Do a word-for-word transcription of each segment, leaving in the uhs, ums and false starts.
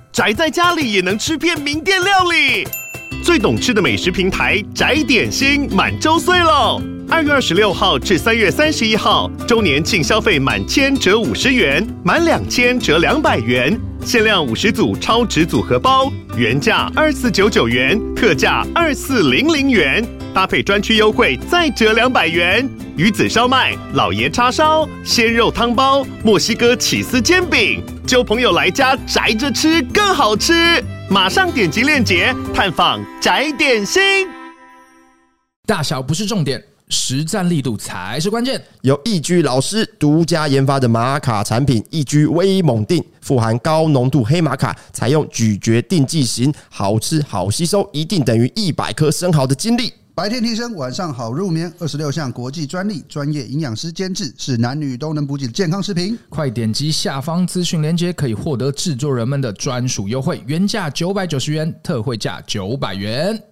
宅在家里也能吃遍名店料理。最懂吃的美食平台宅点心满周岁喽！二月二十六号至三月三十一号，周年庆消费满千折五十元，满两千折两百元，限量五十组超值组合包，原价二四九九元，特价二四零零元，搭配专区优惠再折两百元。鱼子烧麦、老爷叉烧、鲜肉汤包、墨西哥起司煎饼，揪朋友来家宅着吃更好吃。马上点击链接探访宅点心。 大小不是重点，实战力度才是关键。 由易居老师独家研发的玛卡产品易居威猛定，富含高浓度黑玛卡，采用咀嚼定剂型，好吃好吸收，一定等于一百颗生蚝的精力。 白天提升，晚上好入眠。二十六项国际专利，专业营养师监制，是男女都能补给的健康食品。 快点击下方资讯连结，可以获得制作人们的专属优惠，原价九百九十元，特惠价九百元。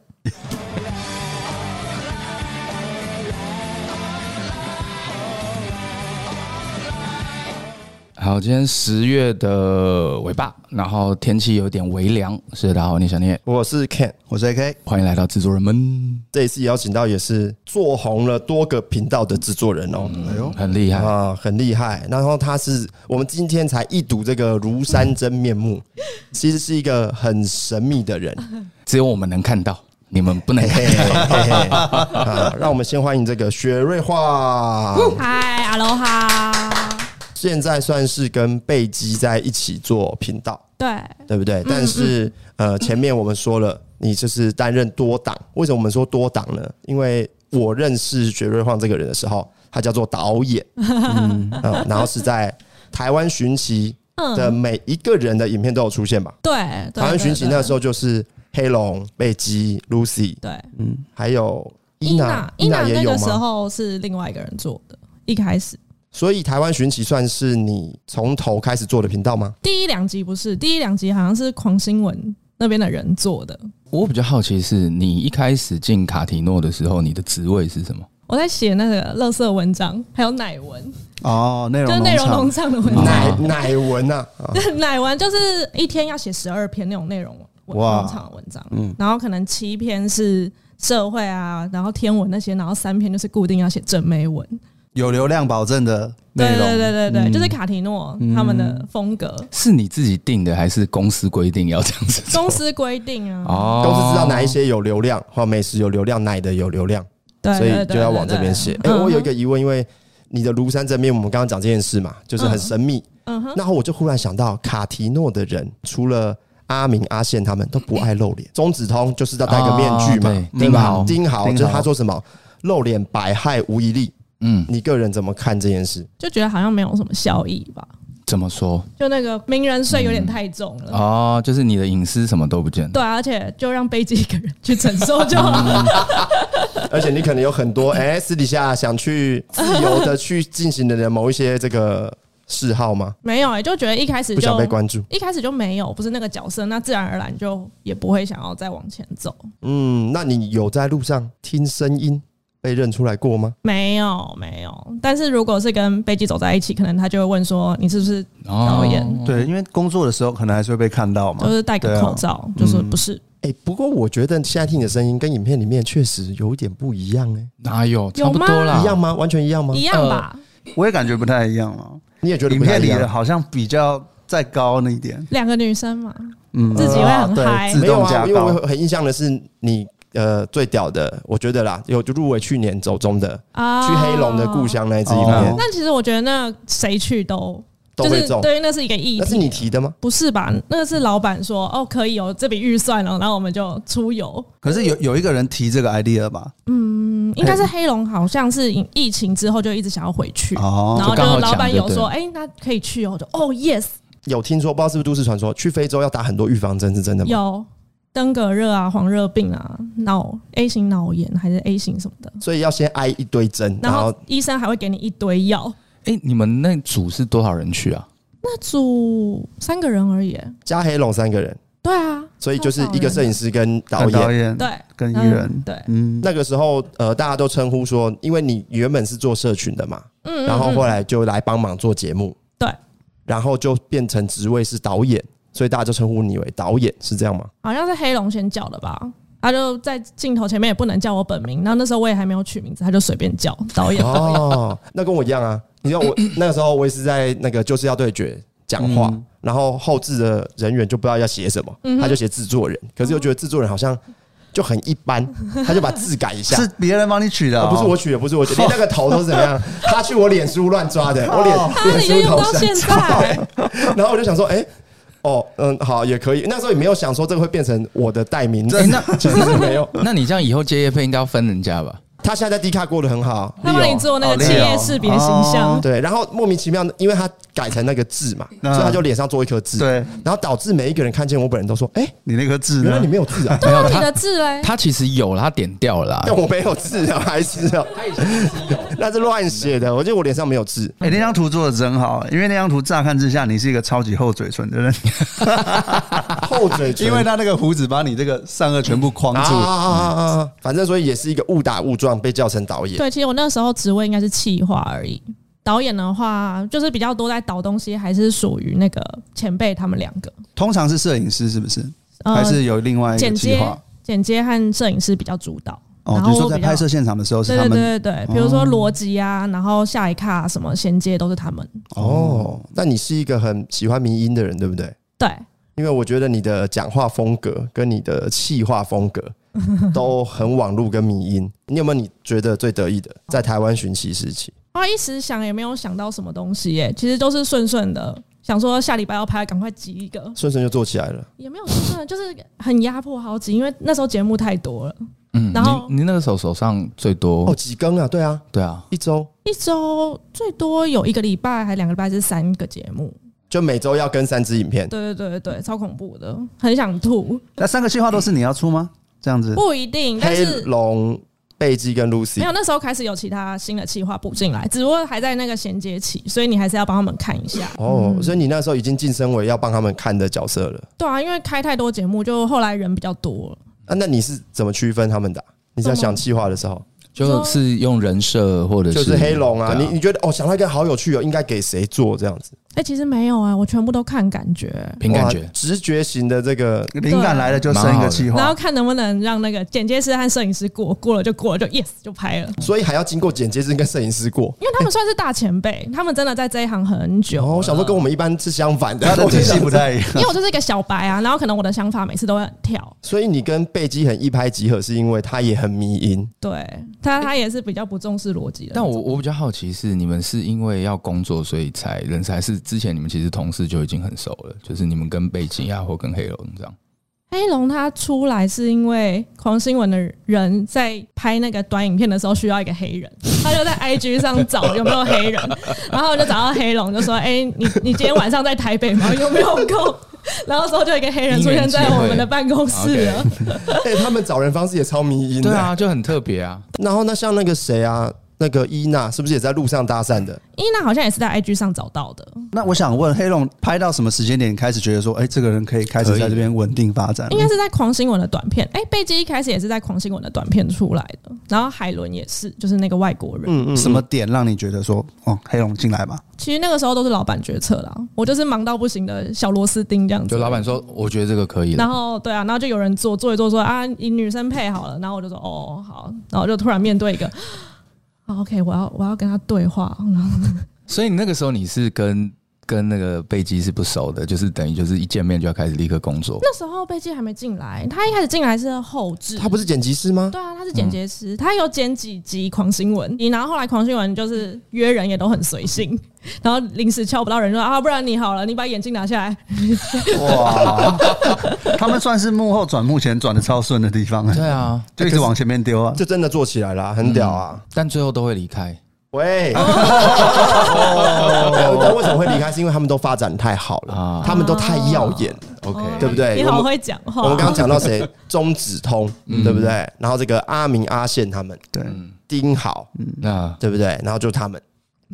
好，今天十月的尾巴，然后天气有点微凉。是的，好，你小聂， 我是 Ken， 我是 A K， 欢迎来到制作人们。 这一次邀请到也是做红了多个频道的制作人哦， 哎呦，很厉害啊，很厉害。然后他是我们今天才一睹这个庐山真面目，其实是一个很神秘的人， 只有我们能看到。你们不能看啊！让我们先欢迎这个雪瑞化。 嗨，阿罗哈。 现在算是跟贝基在一起做频道， 对， 对不对？但是呃，前面我们说了，你就是担任多档。为什么我们说多档呢？因为我认识雪瑞化这个人的时候，他叫做导演，嗯，然后是在台湾寻奇的每一个人的影片都有出现吧？ 对， 台湾寻奇那时候就是黑龙、贝基、Lucy， 对， 嗯，还有伊娜， 伊娜也有吗？ 那个时候是另外一个人做的，一开始。 所以台湾寻奇算是你从头开始做的频道吗？ 第一两集不是，第一两集好像是狂新闻那边的人做的。 我比较好奇是你一开始进卡提诺的时候，你的职位是什么？ 我在写那个垃圾文章，还有奶文哦，内容就是内容农场的文章， 奶奶文啊， 对，奶文就是一天要写十二篇那种内容农场的文章，嗯，然后可能七篇是社会啊，然后天文那些，然后三篇就是固定要写正妹文。 有流量保证的内容， 对对对对对，嗯、就是卡提诺他们的风格。 是你自己定的，还是公司规定要这样子做？ 公司规定啊， 哦，公司知道哪一些有流量，或美食有流量，奶的有流量， 对， 所以就要往这边写。哎、欸，我有一个疑问，因为你的庐山真面，我们刚刚讲这件事嘛，就是很神秘。嗯哼，然后我就忽然想到，卡提诺的人除了阿明、阿宪他们都不爱露脸，中指通就是要戴个面具嘛， 哦、丁豪， 丁豪就是他说什么露脸百害无一利。嗯，你个人怎么看这件事？ 就觉得好像没有什么效益吧？ 怎么说？ 就那个名人税有点太重了、嗯、 哦，就是你的隐私什么都不见。 对、啊，而且就让贝基一个人去承受就好了。 而且你可能有很多哎、欸，私底下想去自由的去进行的某一些这个嗜好吗？ 没有哎、欸，就觉得一开始就不想被关注， 一开始就没有，不是那个角色，那自然而然就也不会想要再往前走。 嗯，那你有在路上听声音？被认出来过吗？ 没有，没有。但是如果是跟贝基走在一起，可能他就会问说：“你是不是导演？” 哦、对，因为工作的时候可能还是会被看到嘛， 就是戴个口罩，啊、就说不是。 哎、嗯欸，不过我觉得现在听你的声音跟影片里面确实有一点不一样哎、欸。 哪有？差不多啦， 一样吗？完全一样吗？ 一样吧。 呃、我也感觉不太一样了。 你也觉得影片里的好像比较再高那一点？ 两个女生嘛，嗯，自己会很嗨、 呃。没有啊，因为我很印象的是你。呃，最屌的，我觉得啦，有就入围去年走中的，哦、去黑龙的故乡那一支影片。 但其实我觉得那谁去都都会中， 对，那是一个议题。 那是你提的吗？ 不是吧？那个是老板说哦，可以有这笔预算了，然后我们就出游。 可是有有一个人提这个 idea 吧？ 嗯，应该是黑龙，好像是疫情之后就一直想要回去，哦、然后就老板有说，哎、欸，那可以去哦，就哦 yes。 有听说，不知道是不是都市传说，去非洲要打很多预防针，是真的吗？ 有。登革热啊，黄热病啊，脑 A 型脑炎还是 A 型什么的， 所以要先挨一堆针， 然后医生还会给你一堆药。 哎、欸，你们那组是多少人去啊？ 那组三个人而已， 加黑龙三个人。 对啊， 所以就是一个摄影师跟导演， 导演对， 跟艺人， 嗯、对， 嗯，那个时候呃，大家都称呼说，因为你原本是做社群的嘛，嗯，然后后来就来帮忙做节目， 对， 然后就变成职位是导演。 所以大家就称呼你为导演，是这样吗？ 好像是黑龙先叫的吧。他就在镜头前面也不能叫我本名，然后那时候我也还没有取名字，他就随便叫导演。 哦，那跟我一样啊！你知道我那个时候我也是在那个就是要对决讲话，嗯、然后后制的人员就不知道要写什么，嗯、他就写制作人，可是又觉得制作人好像就很一般，他就把字改一下。 是别人帮你取的、哦哦， 不是我取的，不是我取的，连那个头都是怎么样？他去我脸书乱抓的，我脸脸书头像，然后我就想说，哎、欸。哦，嗯，好，也可以。那时候也没有想说这个会变成我的代名字，欸、那其实没有。 那你这样以后接业配应该要分人家吧？ 他现在在 D 卡过得很好， 他帮你做那个企业识别形象、哦， 对。然后莫名其妙，因为他改成那个痣嘛，嗯、所以他就脸上做一颗痣，对。然后导致每一个人看见我本人都说：“哎、欸， 你那颗痣， 原来你没有痣啊？ 对啊，你的痣嘞？ 他其实有了，他点掉了啦。 但我没有痣啊，还是哦，他以前是有，那是乱写的。我觉得我脸上没有痣。 哎、欸，那张图做的真好，因为那张图乍看之下，你是一个超级厚嘴唇的人。 厚嘴唇， 因为他那个胡子把你这个上颚全部框住。啊啊啊啊！反正所以也是一个误打误撞被叫成导演。 对，其实我那个时候职位应该是企划而已。导演的话，就是比较多在导东西，还是属于那个前辈他们两个。 通常是摄影师是不是？呃、还是有另外一个企划？ 剪接和摄影师比较主导。 哦，比如说在拍摄现场的时候是他们， 对对对对，比如说逻辑啊，然后下一卡什么衔接都是他们。 哦，那你是一个很喜欢迷因的人，对不对？ 对， 因为我觉得你的讲话风格跟你的企划风格都很网路跟迷因。你有没有你觉得最得意的在台湾寻奇时期？ 我一时想也没有想到什么东西耶，其实都是顺顺的。想说下礼拜要拍，赶快挤一个， 顺顺就做起来了。 也没有顺顺，就是很压迫好挤，因为那时候节目太多了。 嗯，然后 你, 你那个时候手上最多哦几更啊？对啊， 对啊， 一周一周最多有一个礼拜还两个礼拜是三个节目， 就每周要跟三支影片。 对对对对，超恐怖的，很想吐。 那三个计划都是你要出吗？这样子不一定，但是黑龙、贝基跟 Lucy 没有，那时候开始有其他新的企划补进来，只不过还在那个衔接期，所以你还是要帮他们看一下。 哦、嗯，所以你那时候已经晋升为要帮他们看的角色了。 对啊，因为开太多节目，就后来人比较多了。 啊，那你是怎么区分他们的、啊？你在想企划的时候， 就是用人设或者是就是黑龙啊？啊你你觉得哦，想到一个好有趣哦，应该给谁做这样子？ 哎、欸，其实没有啊，我全部都看感觉， 凭感觉， 直觉型的这个灵感来了就生一个企划， 然后看能不能让那个剪接师和摄影师过，过了就过了，就 yes 就拍了。 所以还要经过剪接师跟摄影师过， 因为他们算是大前辈，欸、他们真的在这一行很久。 哦，我想说跟我们一般是相反的， 他的体系不太一样。 因为我就是一个小白啊，然后可能我的想法每次都会很跳。 所以你跟贝基很一拍即合，是因为他也很迷因， 对他他也是比较不重视逻辑的。 但我我比较好奇是，你们是因为要工作所以才认识，还是之前你们其实同事就已经很熟了？就是你们跟贝基啊，或跟黑龙这样。 黑龙他出来是因为狂新闻的人在拍那个短影片的时候需要一个黑人，他就在 I G 上找有没有黑人，然后就找到黑龙，就说：“哎、欸，你你今天晚上在台北吗？有没有空？”然后之后就有一个黑人出现在我们的办公室了。 哎、欸，他们找人方式也超迷因的， 对啊，就很特别啊。 然后那像那个谁啊？那个伊娜是不是也在路上搭讪的？ 伊娜好像也是在 I G 上找到的。 那我想问，黑龙拍到什么时间点开始觉得说，哎、欸，这个人可以开始在这边稳定发展？ 应该是在狂新闻的短片。哎、欸，贝基一开始也是在狂新闻的短片出来的，然后海伦也是，就是那个外国人。 嗯嗯。什么点让你觉得说，哦，黑龙进来吧？ 其实那个时候都是老板决策啦，我就是忙到不行的小螺丝钉这样子。 就老板说，我觉得这个可以了。 然后对啊，然后就有人做做一做说啊，以女生配好了，然后我就说哦好，然后就突然面对一个。OK， 我要我要跟他对话。 所以你那个时候你是跟跟那个贝基是不熟的，就是等于就是一见面就要开始立刻工作。 那时候贝基还没进来，他一开始进来是后制。 他不是剪辑师吗？ 对啊，他是剪接师，嗯、他有剪几集狂新闻，然后后来狂新闻就是约人也都很随性，然后临时敲不到人说啊，不然你好了，你把眼镜拿下来。 哇，他们算是幕后转幕前转的超顺的地方。 对啊， 就一直往前面丢啊， 就真的做起来了，很屌啊！嗯、 但最后都会离开。 喂，但为什么会离开？是因为他们都发展太好了，啊、他们都太耀眼了 ，OK， 对不对？ 你好会讲话。 我们刚刚讲到谁？中指通，嗯、对不对？然后这个阿明、阿宪他们， 对， 丁好， 嗯、 对不对？然后就他们。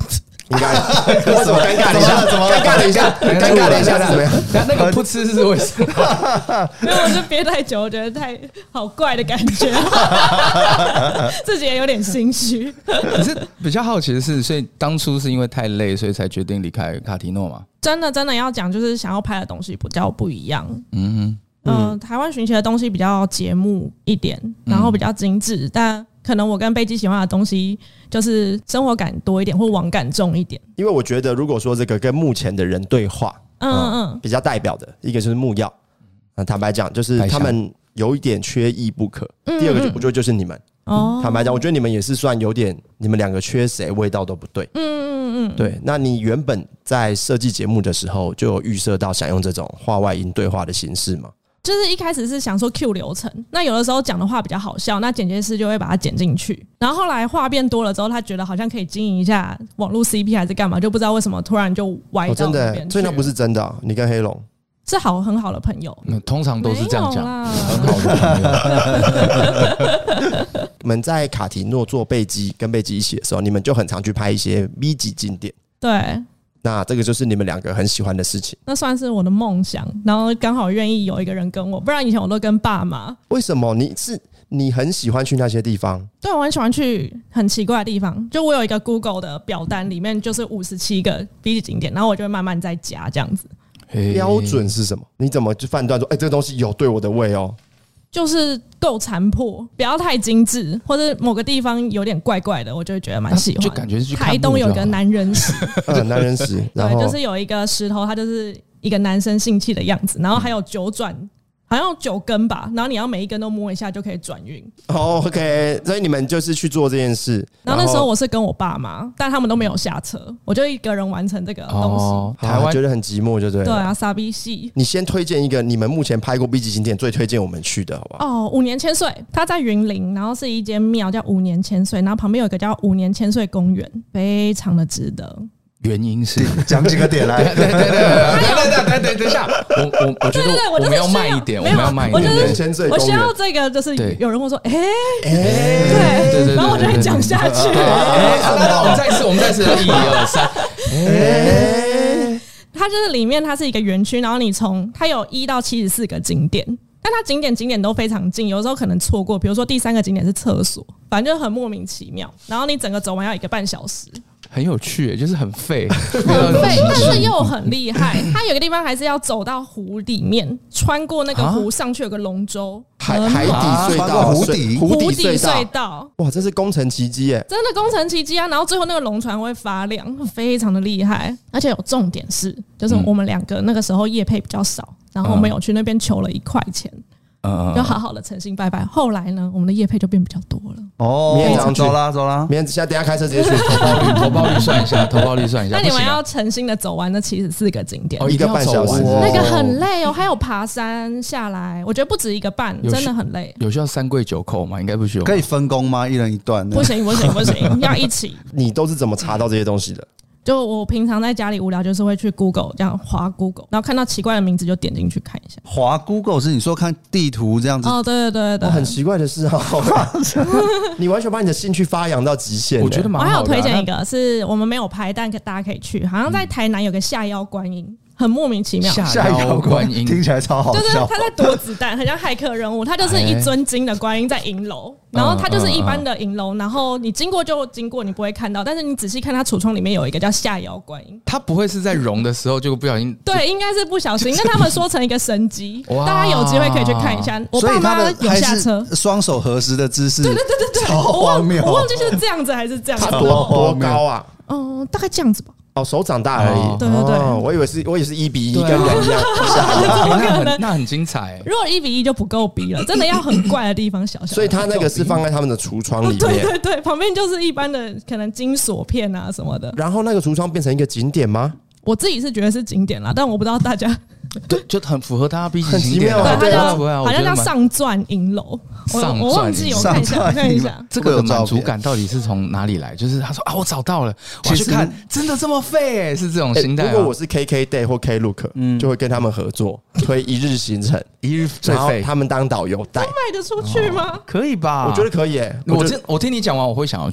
应该为什么尴尬了一下？怎么尴尬了一下？尴尬了一下是怎么样？ 那个不吃是为什么？ 没有，我就憋太久，我觉得太好怪的感觉，自己也有点心虚。 可是比较好奇的是，所以当初是因为太累，所以才决定离开卡提诺嘛？ 真的真的要讲，就是想要拍的东西比较不一样。 嗯嗯、呃，台湾寻奇的东西比较节目一点，然后比较精致，嗯、但可能我跟贝基喜欢的东西就是生活感多一点，或网感重一点。 因为我觉得，如果说这个跟目前的人对话，嗯嗯，嗯比较代表的一个就是木曜，嗯，坦白讲，就是他们有一点缺一不可。嗯嗯第二个，我觉得就是你们。哦，坦白讲，我觉得你们也是算有点，你们两个缺谁味道都不对。嗯嗯嗯，对。那你原本在设计节目的时候，就有预设到想用这种话外音对话的形式吗？ 就是一开始是想说 Q 流程，那有的时候讲的话比较好笑，那剪接师就会把它剪进去。然后后来话变多了之后，他觉得好像可以经营一下网络 C P 还是干嘛，就不知道为什么突然就歪到那边去。 哦、真的，所以那不是真的、啊。你跟黑龙是好很好的朋友， 嗯、通常都是这样讲，很好的朋友。 我们在卡提诺做贝基跟贝基一起的时候，你们就很常去拍一些 B 级经典。 对。 那这个就是你们两个很喜欢的事情， 那算是我的梦想，然后刚好愿意有一个人跟我，不然以前我都跟爸妈。 为什么？你是你很喜欢去那些地方？ 对，我很喜欢去很奇怪的地方。就我有一个 Google 的表单，里面就是五十七个 B 级景点，然后我就会慢慢再加这样子。 标准是什么？你怎么去判断说，哎、欸，这个东西有对我的胃哦？ 就是够残破，不要太精致，或者某个地方有点怪怪的，我就会觉得蛮喜欢。 就感觉是去看台东有一个男人石， 嗯，男人石， 对，就是有一个石头，它就是一个男生性器的样子，然后还有九转。好像有九根吧，然后你要每一根都摸一下就可以转运。 哦 ，OK， 所以你们就是去做这件事。 然后那时候我是跟我爸妈，但他们都没有下车，我就一个人完成这个东西。 哦、台湾觉得很寂寞，就对了。 对啊，傻逼戏。 你先推荐一个你们目前拍过 B 级景点最推荐我们去的，好不好？ 哦，五年千岁，它在云林，然后是一间庙叫五年千岁，然后旁边有一个叫五年千岁公园，非常的值得。 原因是讲几个点来， 对对对对对对对，等一下，我我我觉得我们要慢一点，我们要慢一点。 我需要这个，就是有人会说，哎哎，对对，然后我就会讲下去。 那我们再次，我们再次，一二三，哎， 它就是里面它是一个园区，然后你从它有一到七十四个景点。但它景点景点都非常近，有时候可能错过。比如说第三个景点是厕所，反正就很莫名其妙。然后你整个走完要一个半小时， 很有趣，就是很废， 很废，但是又很厉害。它有个地方还是要走到湖里面，穿过那个湖上去有个龙舟， 海海底隧道， 湖底湖底隧道。 哇，这是工程奇迹耶！ 真的工程奇迹啊！然后最后那个龙船会发亮，非常的厉害。而且有重点是，就是我们两个那个时候业配比较少。然后我们有去那边求了一块钱，嗯，就好好的诚心拜拜。后来呢，我们的业配就变比较多了。 哦，明天走啦走啦， 明天现在等一下开车直接去， 投报率投报率算一下，投报率算一下。 那你们要诚心的走完那七十四个景点， 哦，一个半小时， 那个很累哦，还有爬山下来，我觉得不止一个半，真的很累。 有需要三跪九叩吗？应该不需要。 可以分工吗？一人一段？ 不行不行不行，要一起。 你都是怎么查到这些东西的？ 就我平常在家里无聊，就是会去 Google 这样滑 Google， 然后看到奇怪的名字就点进去看一下。 滑 Google 是你说看地图这样子？ 哦，对对对对， 哦、很奇怪的事哦，你完全把你的兴趣发扬到极限。 我觉得蛮好的、啊。 我还有推荐一个，是我们没有拍，但大家可以去，好像在台南有个下腰观音。很莫名其妙， 下腰观音听起来超好笑。 就是他在躲子弹，很像骇客任务。他就是一尊金的观音在银楼，然后他就是一般的银楼，然后你经过就经过，你不会看到。但是你仔细看，他橱窗里面有一个叫下腰观音。 他不会是在融的时候就不小心？ 对，应该是不小心。那他们说成一个神迹，大家有机会可以去看一下。我爸妈有下车， 双手合十的姿势， 对对对对对， 超荒谬。 我忘记是这样子还是这样子。 他多多高啊？ 嗯，大概这样子吧。 哦，手掌大而已。 对对对， 我以为是，我以为是一比一，跟人一样。 那很那很精彩。 如果一比一就不够逼了，真的要很怪的地方小小。 所以他那个是放在他们的橱窗里面。 对对对，旁边就是一般的可能金锁片啊什么的。 然后那个橱窗变成一个景点吗？ 我自己是觉得是景点啦，但我不知道大家。 对，就很符合他 B 级景点， 对，它叫好像叫上钻银楼，我我忘记，我看一下，我看一下， 这个满足感到底是从哪里来？就是他说啊，我找到了，我要去看，真的这么废？哎，是这种心态。 如果我是 K K Day 或 Klook， 就会跟他们合作推一日行程， 一日然后他们当导游带， 卖得出去吗？ 可以吧？ 我觉得可以。哎， 我听我听你讲完，我会想要去。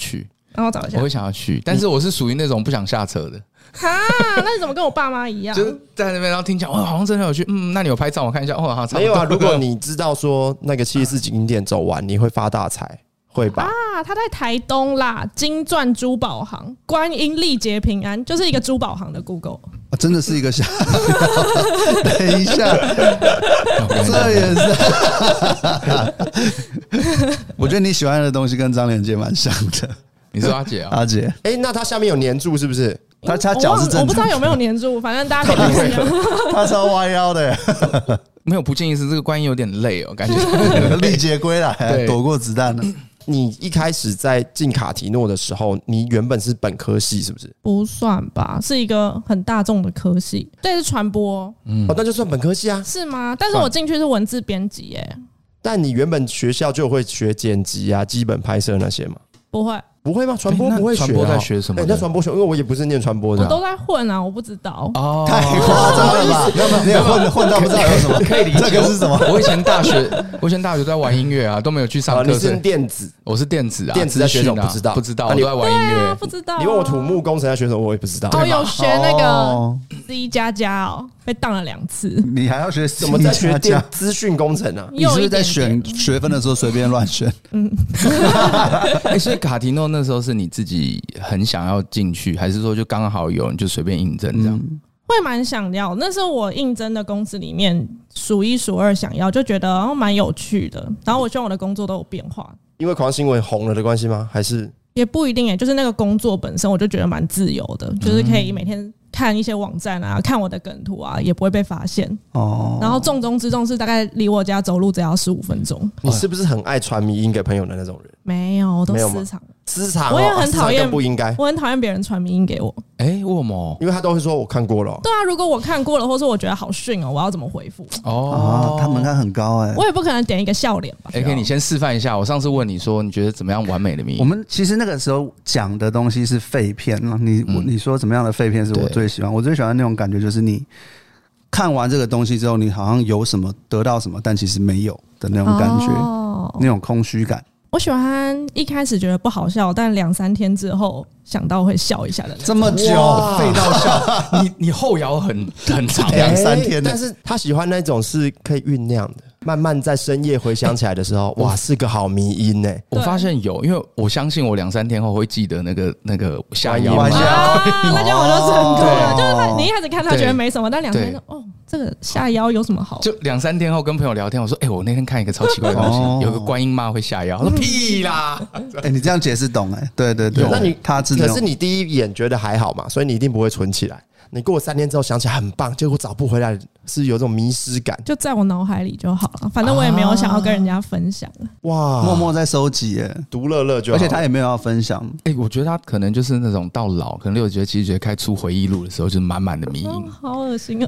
然后找一下。 我会想要去，但是我是属于那种不想下车的。 哈，那你怎么跟我爸妈一样？ 就是在那边，然后听讲，哦，好像真的有趣。嗯，那你有拍照我看一下？哦，好， 没有啊。如果你知道说那个七十四景点走完，你会发大财，会吧？ 啊，他在台东啦，金钻珠宝行，观音历劫平安，就是一个珠宝行的 Google。 啊、真的是一个下。等一下，这也是。我觉得你喜欢的东西跟张连杰蛮像的。 你说阿姐啊？ 阿姐， 哎、欸，那他下面有粘住是不是？ 他他脚是正常的， 我不知道有没有粘住，反正大家可以看一下。 他超弯腰的， 没有不建议是这个观音有点累哦，感觉历劫归来，躲过子弹了。 你一开始在进卡提诺的时候，你原本是本科系是不是？ 不算吧，是一个很大众的科系，这是传播。 嗯，哦，那就算本科系啊？ 是吗？但是我进去是文字编辑耶。 但你原本学校就会学剪辑啊、基本拍摄那些吗？ 不会。 不会吗？传播不会学、啊？ 传播在学什么？ 欸、那传播学，因为我也不是念传播的、啊， 我都在混啊，我不知道。 哦， 太夸张了吧？你有混混到不知道有什么？ 可以理解这个是什么？ 我以前大学，我以前大学在玩音乐啊，都没有去上课。 你是电子， 我是电子啊， 电子在学什么？不知道， 不知道，我都在玩音乐、 啊，不知道、啊。 你问我土木工程在学什么，我也不知道。 哦，有学那个 C 加加哦，被当了两次。 你还要学怎么在学电资讯工程啊？ 你是不是在选学分的时候随便乱选？ 嗯。 欸、所以卡提诺那时候是你自己很想要进去，还是说就刚好有人就随便应征这样？ 嗯、会蛮想要，那是我应征的公司里面数一数二想要，就觉得蛮有趣的。然后我希望我的工作都有变化。 因为狂新闻红了的关系吗？还是也不一定诶、欸，就是那个工作本身，我就觉得蛮自由的，就是可以每天看一些网站啊，看我的梗图啊，也不会被发现。哦。然后重中之重是大概离我家走路只要十五分钟。 你是不是很爱传迷音给朋友的那种人？ 没有，我都私藏。 私藏、哦， 我也很讨厌， 不应该。 我很讨厌别人传迷音给我。 哎、欸，为什么？ 因为他都会说我看过了、哦。 对啊，如果我看过了，或是我觉得好逊哦，我要怎么回复？ 哦， 他门槛很高哎、欸。 我也不可能点一个笑脸吧。 哎，可以你先示范一下。我上次问你说，你觉得怎么样完美的迷音？ 我们其实那个时候讲的东西是废片，你、嗯、你说怎么样的废片是我最喜欢？我最喜欢那种感觉，就是你看完这个东西之后，你好像有什么得到什么，但其实没有的那种感觉，哦、那种空虚感。 我喜欢一开始觉得不好笑，但两三天之后想到会笑一下的。 这么久废到笑，你你后摇很很长， 两三天、 欸。但是他喜欢那种是可以酝酿的，慢慢在深夜回想起来的时候，哇，是个好迷音呢、欸。 我发现有，因为我相信我两三天后会记得那个那个下腰嘛。 啊，那这样我就成功了。就是他，你一开始看他觉得没什么，但两天说哦，这个下腰有什么好？ 就两三天后跟朋友聊天，我说，哎、欸，我那天看一个超奇怪的东西，哦、有个观音妈会下腰。我说屁啦！ 哎、欸，你这样解释懂哎、欸？对对对， 那你他知道，可是你第一眼觉得还好嘛，所以你一定不会存起来。你过了三天之后想起来很棒，结果找不回来，是有种迷失感， 就在我脑海里就好了。反正我也没有想要跟人家分享。 哇， 默默在收集耶， 独乐乐就好， 而且他也没有要分享。 哎、欸，我觉得他可能就是那种到老，可能六十节、七十节开出回忆录的时候，就是满满的迷因、哦， 好恶心啊！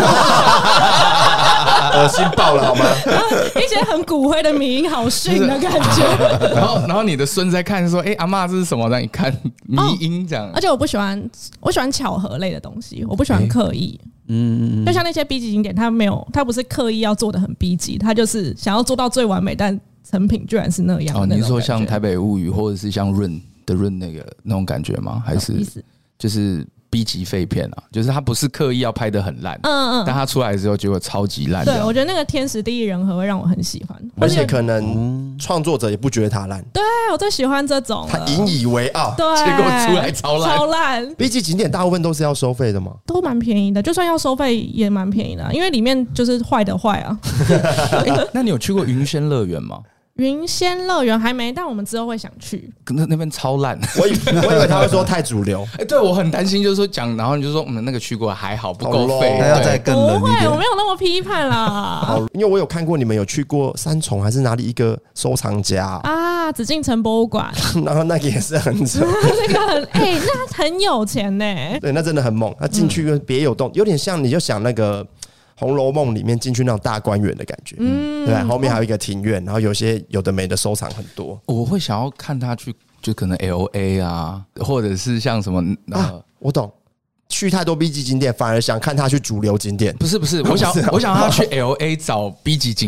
恶心爆了好吗？ 一些很骨灰的迷因，好逊的感觉。 然后，然后你的孙子在看说：“哎、欸，阿嬷这是什么？”让你看迷因这样、哦。 而且我不喜欢，我喜欢巧合类的东西，我不喜欢刻意。欸嗯，就像那些 B 级景点，它没有，它不是刻意要做的很 B 级，它就是想要做到最完美，但成品居然是那样的那种感觉。 哦，你是说像台北物语，或者是像润的润那个那种感觉吗？还是就是 B 级废片啊？就是它不是刻意要拍得很烂，嗯嗯，但它出来之后结果超级烂。 对，我觉得那个天时地利人和会让我很喜欢， 而且可能创作者也不觉得它烂。 对，我最喜欢这种， 他引以为傲， 对， 结果出来超烂， 超烂。 B 级景点大部分都是要收费的吗？ 都蛮便宜的，就算要收费也蛮便宜的、啊，因为里面就是坏的坏啊。 欸、那你有去过云仙乐园吗？ 云仙乐园还没，但我们之后会想去。 那那边超烂， 我以我以为他会说太主流。 哎、欸，对我很担心，就是说讲，然后你就说我们、嗯、那个去过还好，不够费， 要再更冷一点。 不会，我没有那么批判啦。 好，因为我有看过你们有去过三重还是哪里一个收藏家啊，紫禁城博物馆， 然后那个也是很扯， 那个很哎、欸，那很有钱呢、欸。 对，那真的很猛。他进去跟别有洞，有点像你就想那个。《红楼梦》里面进去那种大观园的感觉，嗯，对，后面还有一个庭院，然后有些有的没的收藏很多。 我会想要看他去，就可能 L A 啊，或者是像什么呃、啊， 我懂。去太多 B 级景点，反而想看他去主流景点。 不是不是，我想我想要他去 L A 找 B 级景点。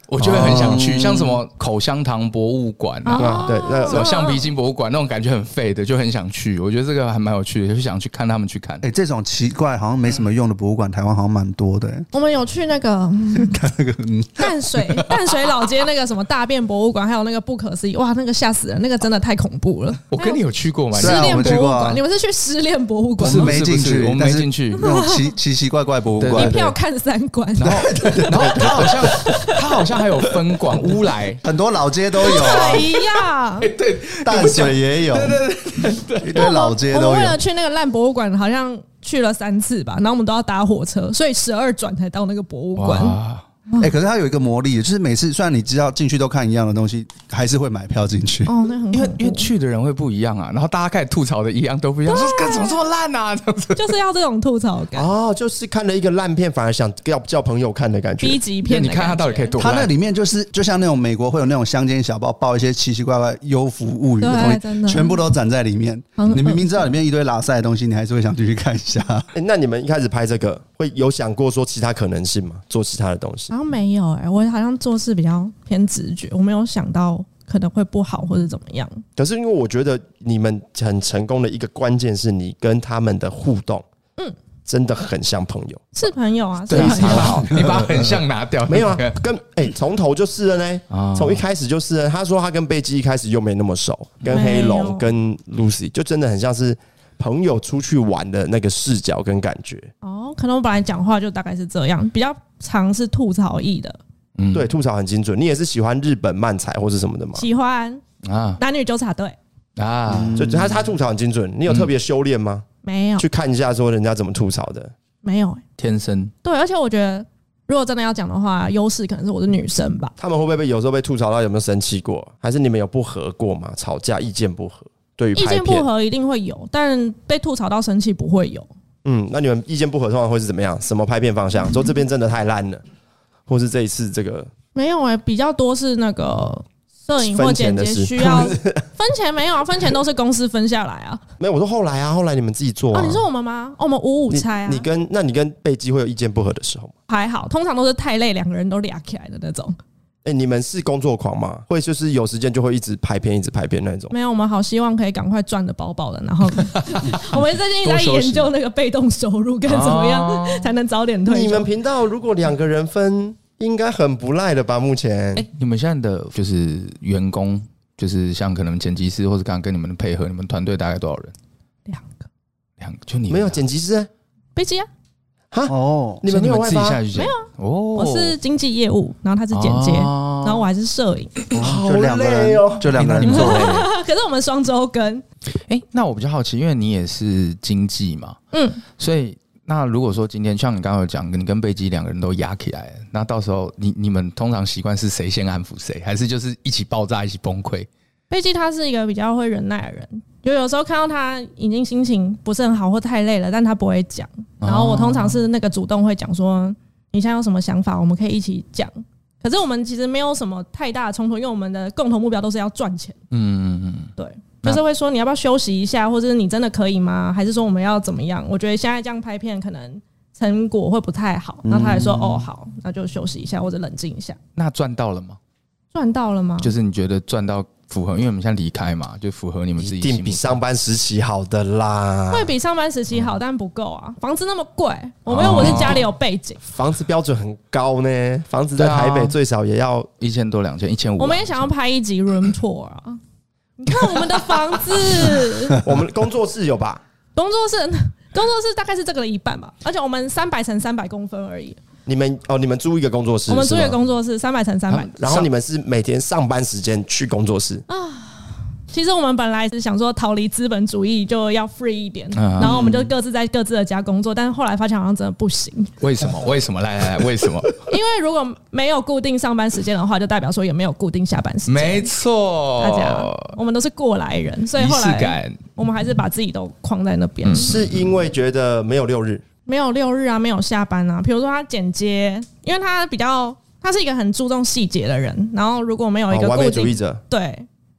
我就会很想去，像什么口香糖博物馆啊， 对，那什么橡皮筋博物馆那种感觉很废的，就很想去。我觉得这个还蛮有趣的，就想去看他们去看。 哎、欸，这种奇怪好像没什么用的博物馆，台湾好像蛮多的、欸。 我们有去那个那个淡水淡水老街那个什么大便博物馆，还有那个不可思议，哇，那个吓死人，那个真的太恐怖了。 我跟你有去过吗？ 失恋博物馆，你们是去失恋博物馆？ 不是没进去， 我们没进去。 那种奇奇奇怪怪博物馆， 一票看三馆。 然后，然后他好像他好像还有分馆，乌来很多老街都有啊， 一样。 对， 淡水也有，对对对对，一堆老街都有。 我们为了去那个烂博物馆，好像去了三次吧，然后我们都要搭火车，所以十二转才到那个博物馆。 哎、欸，可是它有一个魔力，就是每次虽然你知道进去都看一样的东西，还是会买票进去。 哦，那很因为因为去的人会不一样啊，然后大家开始吐槽的一样都不一样，说怎么这么烂啊？这样子就是要这种吐槽感哦，就是看了一个烂片，反而想要叫朋友看的感觉。 B 级片， 你看它到底可以多烂？ 它那里面就是就像那种美国会有那种乡间小报，报一些奇奇怪怪幽浮物语的东西，全部都攒在里面。你明明知道里面一堆拉塞的东西，你还是会想进去看一下。 欸、那你们一开始拍这个，会有想过说其他可能性吗？做其他的东西？ 然后没有哎、欸，我好像做事比较偏直觉，我没有想到可能会不好或者怎么样。 可是因为我觉得你们很成功的一个关键是你跟他们的互动，嗯，真的很像朋友， 是朋友啊， 对，很好。你把很像拿掉， 没有啊？跟哎，从、欸、头就是了呢，从、哦、一开始就是了。他说他跟贝基一开始又没那么熟，跟黑龙、跟 Lucy 就真的很像是朋友出去玩的那个视角跟感觉。 哦，可能我本来讲话就大概是这样，比较常是吐槽意的。 嗯，对，吐槽很精准。你也是喜欢日本漫才或是什么的吗？ 喜欢啊，男女纠察队啊， 所以他他吐槽很精准。你有特别修炼吗？ 没有， 去看一下说人家怎么吐槽的。 没有、欸， 天生。 对，而且我觉得，如果真的要讲的话，优势可能是我是女生吧。 他们会不会被有时候被吐槽到有没有生气过？还是你们有不合过吗？吵架意见不合，对于意见不合一定会有，但被吐槽到生气不会有。 嗯，那你们意见不合通常会是怎么样？什么拍片方向？说这边真的太烂了，或是这一次这个没有哎、欸，比较多是那个摄影或剪接需要分钱没有啊？分钱都是公司分下来啊。 没有，我说后来啊，后来你们自己做啊。 哦，你说我们吗？哦，我们五五拆啊。 你, 你跟那你跟贝基会有意见不合的时候吗？ 还好，通常都是太累，两个人都俩起来的那种。 哎、欸，你们是工作狂吗？会就是有时间就会一直拍片，一直拍片那种？ 没有，我们好希望可以赶快赚得饱饱的，然后我们最近在研究那个被动收入跟怎么样才能早点退休。 你们频道如果两个人分，应该很不赖的吧？目前， 哎、欸，你们现在的就是员工，就是像可能剪辑师或者刚刚跟你们的配合，你们团队大概多少人？ 两个， 两个，就你没有剪辑师、啊， 飞机啊。 哈哦， 你们没有外发？ 没有哦，我是经纪业务，然后他是剪接，哦、然后我还是摄影， 好累哦， 就两个人做。 可是我们双周更。 哎、欸，那我比较好奇，因为你也是经纪嘛，嗯，所以那如果说今天像你刚刚有讲，你跟贝基两个人都压起来了，那到时候你你们通常习惯是谁先安抚谁，还是就是一起爆炸一起崩溃？ 贝基他是一个比较会忍耐的人，就有时候看到他已经心情不是很好或太累了，但他不会讲。然后我通常是那个主动会讲说，你现在有什么想法，我们可以一起讲。可是我们其实没有什么太大的冲突，因为我们的共同目标都是要赚钱。嗯嗯嗯，对，就是会说你要不要休息一下，或者你真的可以吗？还是说我们要怎么样？我觉得现在这样拍片可能成果会不太好。然后他还说、嗯、哦好，那就休息一下或者冷静一下。 那赚到了吗？ 赚到了吗？ 就是你觉得赚到符合，因为我们现在离开嘛，就符合你们自己。 一定比上班时期好的啦， 会比上班时期好，但不够啊！房子那么贵，我们又不是家里有背景、哦， 房子标准很高呢。房子在台北最少也要一千多、两千、一千五。 我们也想要拍一集 room tour 啊！你看我们的房子， 我们工作室有吧？ 工作室，工作室大概是这个的一半吧，而且我们三百乘三百公分而已。 你们哦，你们租一个工作室， 我们租一个工作室，三百乘三百。 然后你们是每天上班时间去工作室啊？ 其实我们本来是想说逃离资本主义就要 free 一点，嗯、然后我们就各自在各自的家工作，但是后来发现好像真的不行。 为什么？为什么？来来来，为什么？ 因为如果没有固定上班时间的话，就代表说也没有固定下班时间。 没错， 大家我们都是过来人，所以后来我们还是把自己都框在那边、嗯。 是因为觉得没有六日？ 没有六日啊，没有下班啊。比如说他剪接，因为他比较，他是一个很注重细节的人。然后如果没有一个固定， 哦、完美主义者， 对，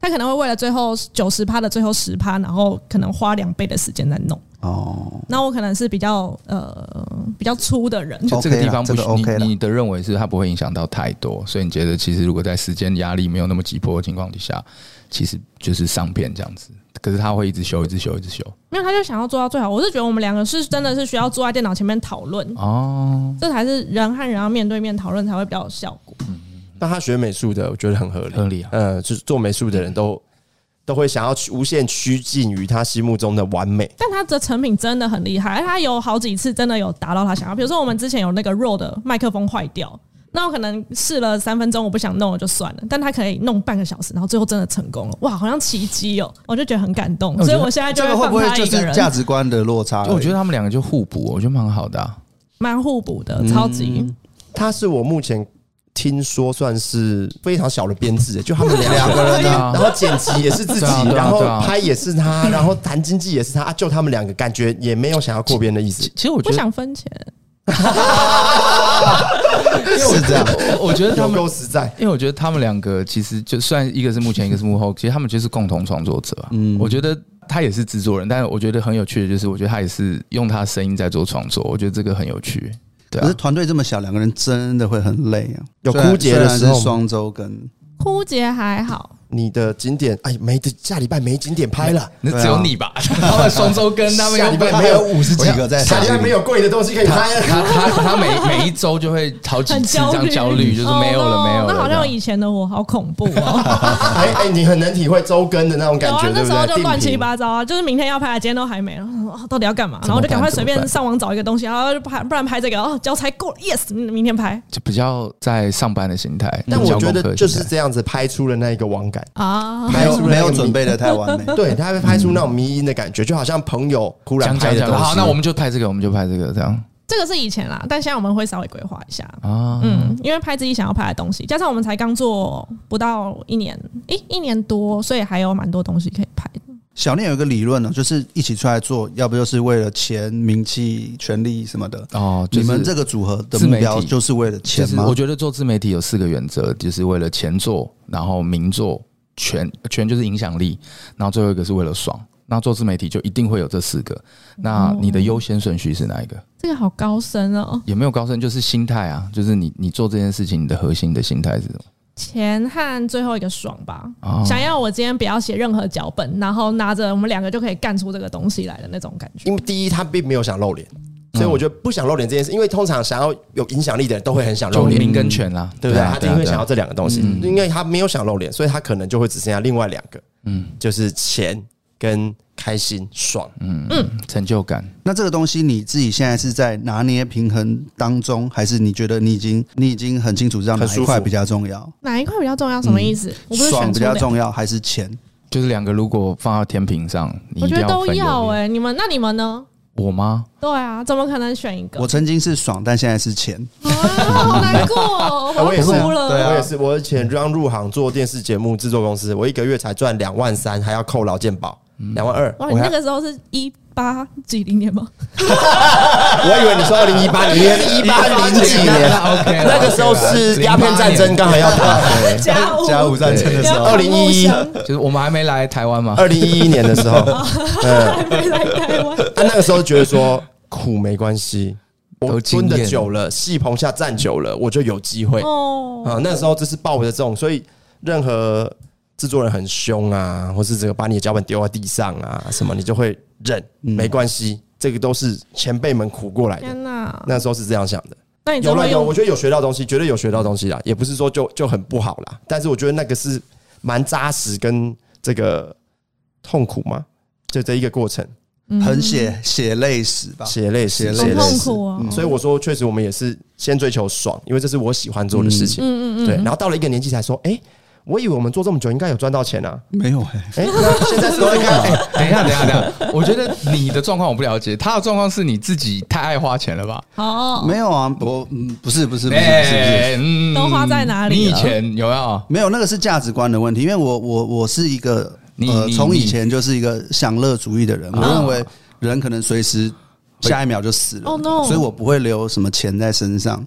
他可能会为了最后九十趴的最后十趴，然后可能花两倍的时间在弄。哦，那我可能是比较呃比较粗的人， 就这个地方不、 OK 你你的认为是它不会影响到太多，所以你觉得其实如果在时间压力没有那么急迫的情况底下，其实就是上片这样子。可是他会一直修，一直修，一直修。 没有，他就想要做到最好。我是觉得我们两个是真的是需要坐在电脑前面讨论哦，这才是人和人要面对面讨论才会比较有效果。嗯， 那他学美术的，我觉得很合理， 合理啊。 呃，就是做美术的人都。都会想要无限趋近于他心目中的完美， 但他的成品真的很厉害，他有好几次真的有达到他想要。比如说我们之前有那个 Rode 的麦克风坏掉，那我可能试了三分钟，我不想弄了就算了，但他可以弄半个小时，然后最后真的成功了，哇，好像奇迹哦！我就觉得很感动，所以我现在就会放他一个人。 会不会就是价值观的落差？ 我觉得他们两个就互补，我觉得蛮好的、啊， 蛮互补的，超级。 嗯、他是我目前。听说算是非常小的编制，就他们两个人，然后剪辑也是自己，然后拍也是他，然后谈经济也是他，就他们两个感觉也没有想要扩编的意思。 其实我觉得不想分钱， 是这样。我觉得他们够实在， 因为我觉得他们两个其实就算一个是幕前，一个是幕后，其实他们就是共同创作者、啊。嗯，我觉得他也是制作人，但是我觉得很有趣的就是，我觉得他也是用他的声音在做创作，我觉得这个很有趣。 啊、可是团队这么小，两个人真的会很累啊。 有枯竭的时候， 双周更枯竭还好。 你的景点哎，没下礼拜没景点拍了， 那只有你吧？他们双周更，他们下礼拜没有五十几个在，下礼拜没有贵的东西可以拍了。 他他他每每一周就会好几次这样焦虑，就是没有了没有了。 那好像以前的我好恐怖哦。 哎哎，你很能体会周更的那种感觉，对不对？ 那时候就乱七八糟啊，就是明天要拍的，今天都还没了，到底要干嘛？然后就赶快随便上网找一个东西，然后就拍，不然拍这个哦，交差够了 ，yes， 明天拍。 就比较在上班的心态， 但我觉得就是这样子拍出了那一个网感啊。 没有没有准备的太完美， 对，他会拍出那种迷因的感觉，就好像朋友忽然拍的东西。 好，那我们就拍这个，我们就拍这个，这样。 这个是以前啦，但现在我们会稍微规划一下啊，嗯，因为拍自己想要拍的东西，加上我们才刚做不到一年，诶、欸，一年多，所以还有蛮多东西可以拍的。 小念有一个理论呢，就是一起出来做，要不就是为了钱、名气、权力什么的哦。你们这个组合的目标就是为了钱吗？ 我觉得做自媒体有四个原则，就是为了钱做，然后名做。权权就是影响力，然后最后一个是为了爽。那做自媒体就一定会有这四个。那你的优先顺序是哪一个？ 这个好高深哦。 也没有高深，就是心态啊，就是你你做这件事情，你的核心的心态是什么？ 钱和最后一个爽吧。哦、想要我今天不要写任何脚本，然后拿着我们两个就可以干出这个东西来的那种感觉。 因为第一，他并没有想露脸。所以我觉得不想露脸这件事，因为通常想要有影响力的人都会很想露脸， 名跟权啦， 对不对？他一定会想要这两个东西，因为他没有想露脸，所以他可能就会只剩下另外两个，嗯，就是钱跟开心爽， 嗯嗯，成就感。 那这个东西你自己现在是在拿捏平衡当中，还是你觉得你已经你已经很清楚知道哪一块比较重要？ 哪一块比较重要？什么意思？我不是爽比较重要还是钱？ 就是两个如果放到天平上，你一定要分我觉得都要哎、欸。你们那你们呢？ 我吗？ 对啊，怎么可能选一个？ 我曾经是爽，但现在是钱， 啊，好难过，我要哭了。 对啊，我也是，我以前刚入行做电视节目制作公司，我一个月才赚两万三，还要扣劳健保，两万二。 哇，你那个时候是一八几零年吗？ 我以为你说二零一八年，一八零几年 ，OK， 那个时候是鸦片战争刚好要打， 甲午甲午战争的时候，二零一一， 就是我们还没来台湾嘛， 二零一一年的时候， 嗯，还没来台湾。 他那个时候觉得说苦没关系，我蹲的久了，戏棚下站久了，我就有机会。哦，啊，那时候就是抱着这种，所以任何制作人很凶啊，或是这个把你的脚本丢在地上啊，什么你就会忍，没关系，这个都是前辈们苦过来的。天哪，那时候是这样想的。 那你有了有，我觉得有学到东西，绝对有学到东西啦，也不是说就就很不好啦，但是我觉得那个是蛮扎实跟这个痛苦嘛，就这一个过程。 很血血泪史吧， 血泪史， 很痛苦啊。 所以我说，确实我们也是先追求爽，因为这是我喜欢做的事情。嗯嗯嗯。对，然后到了一个年纪才说，哎、欸，我以为我们做这么久应该有赚到钱啊， 没有哎、 欸。哎、欸，那现在是在看， 哎，等一下，等一下，等一下，我觉得你的状况我不了解，他的状况是你自己太爱花钱了吧？ 哦， 没有啊，我嗯，不是，不是，不是，不是， 嗯，都花在哪里？ 你以前有没有？ 没有，那个是价值观的问题，因为我我我是一个呃，从以前就是一个享乐主义的人，我认为。人可能随时下一秒就死了， oh, no. 所以我不会留什么钱在身上。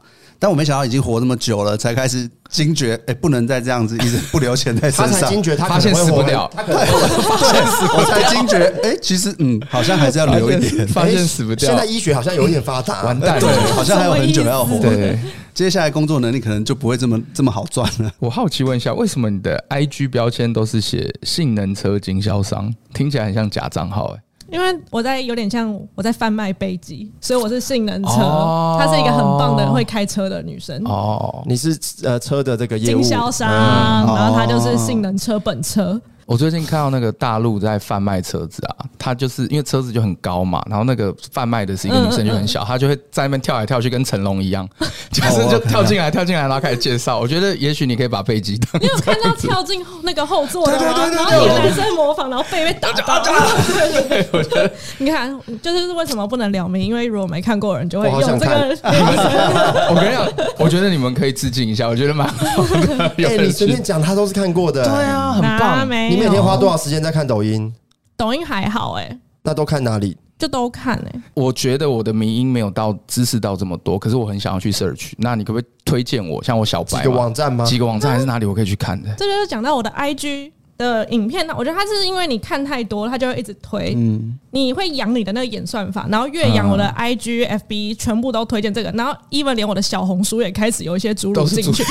但我没想到已经活这么久了，才开始惊觉，哎、欸，不能再这样子一直不留钱在身上。 他才惊觉，他发现死不了， 他可能发现死不了， 我才惊觉，哎、欸，其实嗯，好像还是要留一点。 发现死不掉， 现在医学好像有一点发达， 完蛋了， 对，好像还有很久要活。 对， 接下来工作能力可能就不会这么这么好赚了。 我好奇问一下，为什么你的 I G 标签都是写性能车经销商，听起来很像假账号哎、欸？ 因为我在有点像我在贩卖背机，所以我是性能车，哦、她是一个很棒的会开车的女生。 哦，你是呃车的这个业务经销商，嗯、然后她就是性能车本车。 我最近看到那个大陆在贩卖车子啊，他就是因为车子就很高嘛，然后那个贩卖的是一个女生就很小，她、嗯嗯、就会在那边跳来跳去，跟成龙一样，就是就跳进来跳进来，然后开始介绍。我觉得也许你可以把背机当。 你有看到跳进那个后座的吗？对对对对，然后有男生模仿，然后背被打到。对对对，我觉得你看，就是为什么不能聊明？因为如果没看过的人就会用这个。 我跟你讲，我觉得你们可以致敬一下，我觉得蛮好的。 哎、欸，你随便讲，他都是看过的。 对啊，很棒。 你每天花多少时间在看抖音？ 抖音还好哎、欸， 那都看哪里？ 就都看哎、欸。 我觉得我的迷因没有到知识到这么多，可是我很想要去 search。那你可不可以推荐我？像我小白几个网站吗？ 几个网站还是哪里我可以去看的？ 这就是讲到我的 I G 的影片，我觉得它是因为你看太多，它就会一直推。嗯，你会养你的那个演算法，然后越养我的 I G、F B 全部都推荐这个，然后 even 连我的小红书也开始有一些注入进去。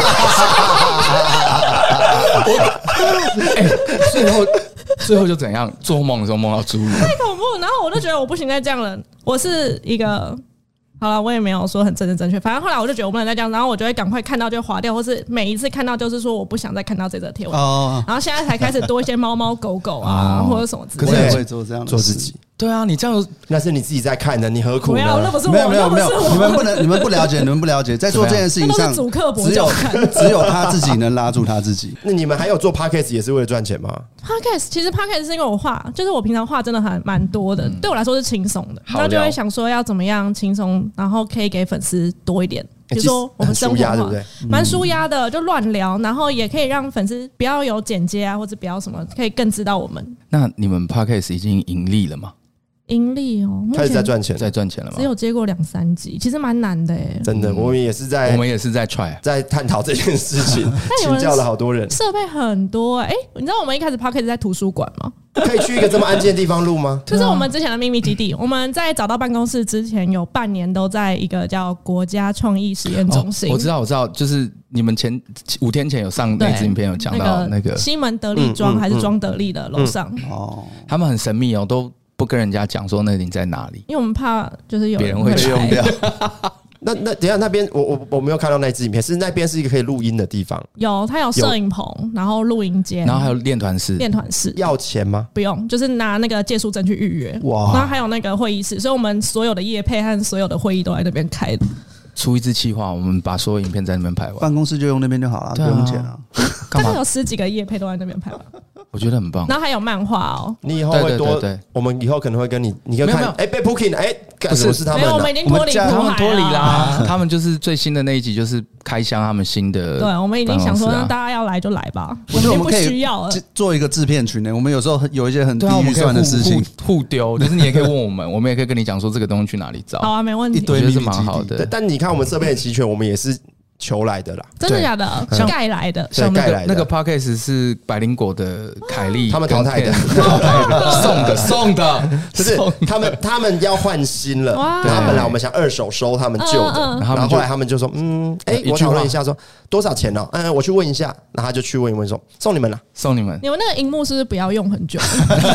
欸、最后最后就怎样？做梦的时候梦到侏儒， 太恐怖。然后我就觉得我不行再这样了。我是一个好了，我也没有说很正正正确。反正后来我就觉得我不能再这样，然后我就会赶快看到就划掉，或是每一次看到就是说我不想再看到这则贴文。哦、然后现在才开始多一些猫猫狗狗啊，哦、或者什么之类的。 可是也会做这样的做自己。 对啊，你这样那是你自己在看的，你何苦呢？ 不要，那不是我， 没有没有没有，你们不能，你们不了解，你们不了解，在做这件事情上，只有只有他自己能拉住他自己。 那你们还有做 podcast 也是为了赚钱吗 ？podcast 其实 podcast 是因为我画，就是我平常画真的还蛮多的，嗯、对我来说是轻松的，然后就会想说要怎么样轻松，然后可以给粉丝多一点。比如说我们生活化，对不对？蛮舒压的，就乱聊，然后也可以让粉丝不要有剪接啊，或者不要什么，可以更知道我们。 那你们 podcast 已经盈利了吗？ 盈利哦， 开始在赚钱， 在赚钱了吗？ 只有接过两三集，其实蛮难的哎。 真的，我们也是在， 我们也是在 try， 在探讨这件事情，请教了好多人。 设备很多哎、欸，你知道我们一开始 podcast 在图书馆吗？ 可以去一个这么安静的地方录吗？ 就是我们之前的秘密基地。我们在找到办公室之前，有半年都在一个叫国家创意实验中心。 哦、我知道，我知道，就是你们前五天前有上那支影片，有讲到那个西门得利庄还是庄得利的楼上、嗯嗯嗯、 哦，他们很神秘哦，都不跟人家讲说那里在哪里， 因为我们怕就是有别人会被用掉。 那那等一下那边我我我没有看到那支影片，是那边是一个可以录音的地方。 有，它有摄影棚，然后录音间， 然后还有练团室。 练团室要钱吗？ 不用，就是拿那个借书证去预约。哇！然后还有那个会议室，所以我们所有的业配和所有的会议都在那边开的。 出一支企划，我们把所有影片在那边拍完， 办公室就用那边就好了，啊、不用钱啊。 大概有十几个业配都在那边拍完。 我觉得很棒。 然后还有漫画哦， 你以后会多，对对对对，我们以后可能会跟你，你可以看，哎，被 Booking， 哎，不是是他们， 没有，我们已经脱离苦海了， 他们脱离啦。他们就是最新的那一集，就是开箱他们新的。 对，我们已经想说，大家要来就来吧，我们不需要了。 做一个制片群呢，我们有时候有一些很低预算的事情互丢，就是你也可以问我们，我们也可以跟你讲说这个东西去哪里找。 好啊，没问题， 一堆是蛮好的。 但你看我们设备很齐全，我们也是求来的啦， 真的假的？盖来的， 像那个那个 podcast 是百灵果的凯莉他们淘汰的， 淘汰的，送的送的， 就是他们他们要换新了，然后本来我们想二手收他们旧的，然后后来他们就说，嗯，哎，我讨论一下说多少钱哦？嗯，我去问一下，然后他就去问一问说送你们了， 送你们。 你们那个荧幕是不是不要用很久？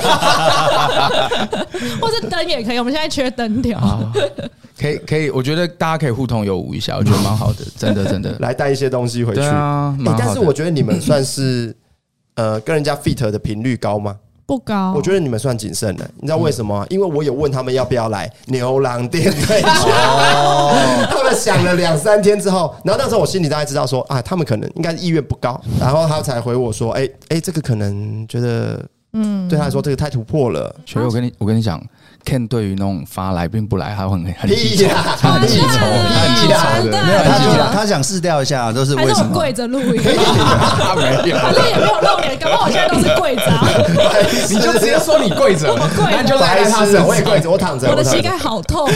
或是灯也可以，我们现在缺灯条。 可以可以，我觉得大家可以互通有无一下，我觉得蛮好的，真的真的。 来带一些东西回去，对啊， 欸、但是我觉得你们算是呃跟人家 fit 的频率高吗？ 不高， 我觉得你们算谨慎的。你知道为什么吗？因为我有问他们要不要来牛郎店对决，哦、他们想了两三天之后，然后那时候我心里大概知道说啊，他们可能应该意愿不高，然后他才回我说，哎、欸、哎、欸，这个可能觉得。 嗯，对他来说这个太突破了。 所以我跟你我跟你讲 ，Ken 对于那种发来并不来，他很很记仇，他很记仇，他很记仇的。 没有，他就他想试掉一下，都是为什么？ 还是我跪着录音？ 他没有， 反正也没有露脸，搞不好我现在都是跪着。 你就直接说你跪着， 那就来他身， 我也跪着，我躺着， 我的膝盖好痛。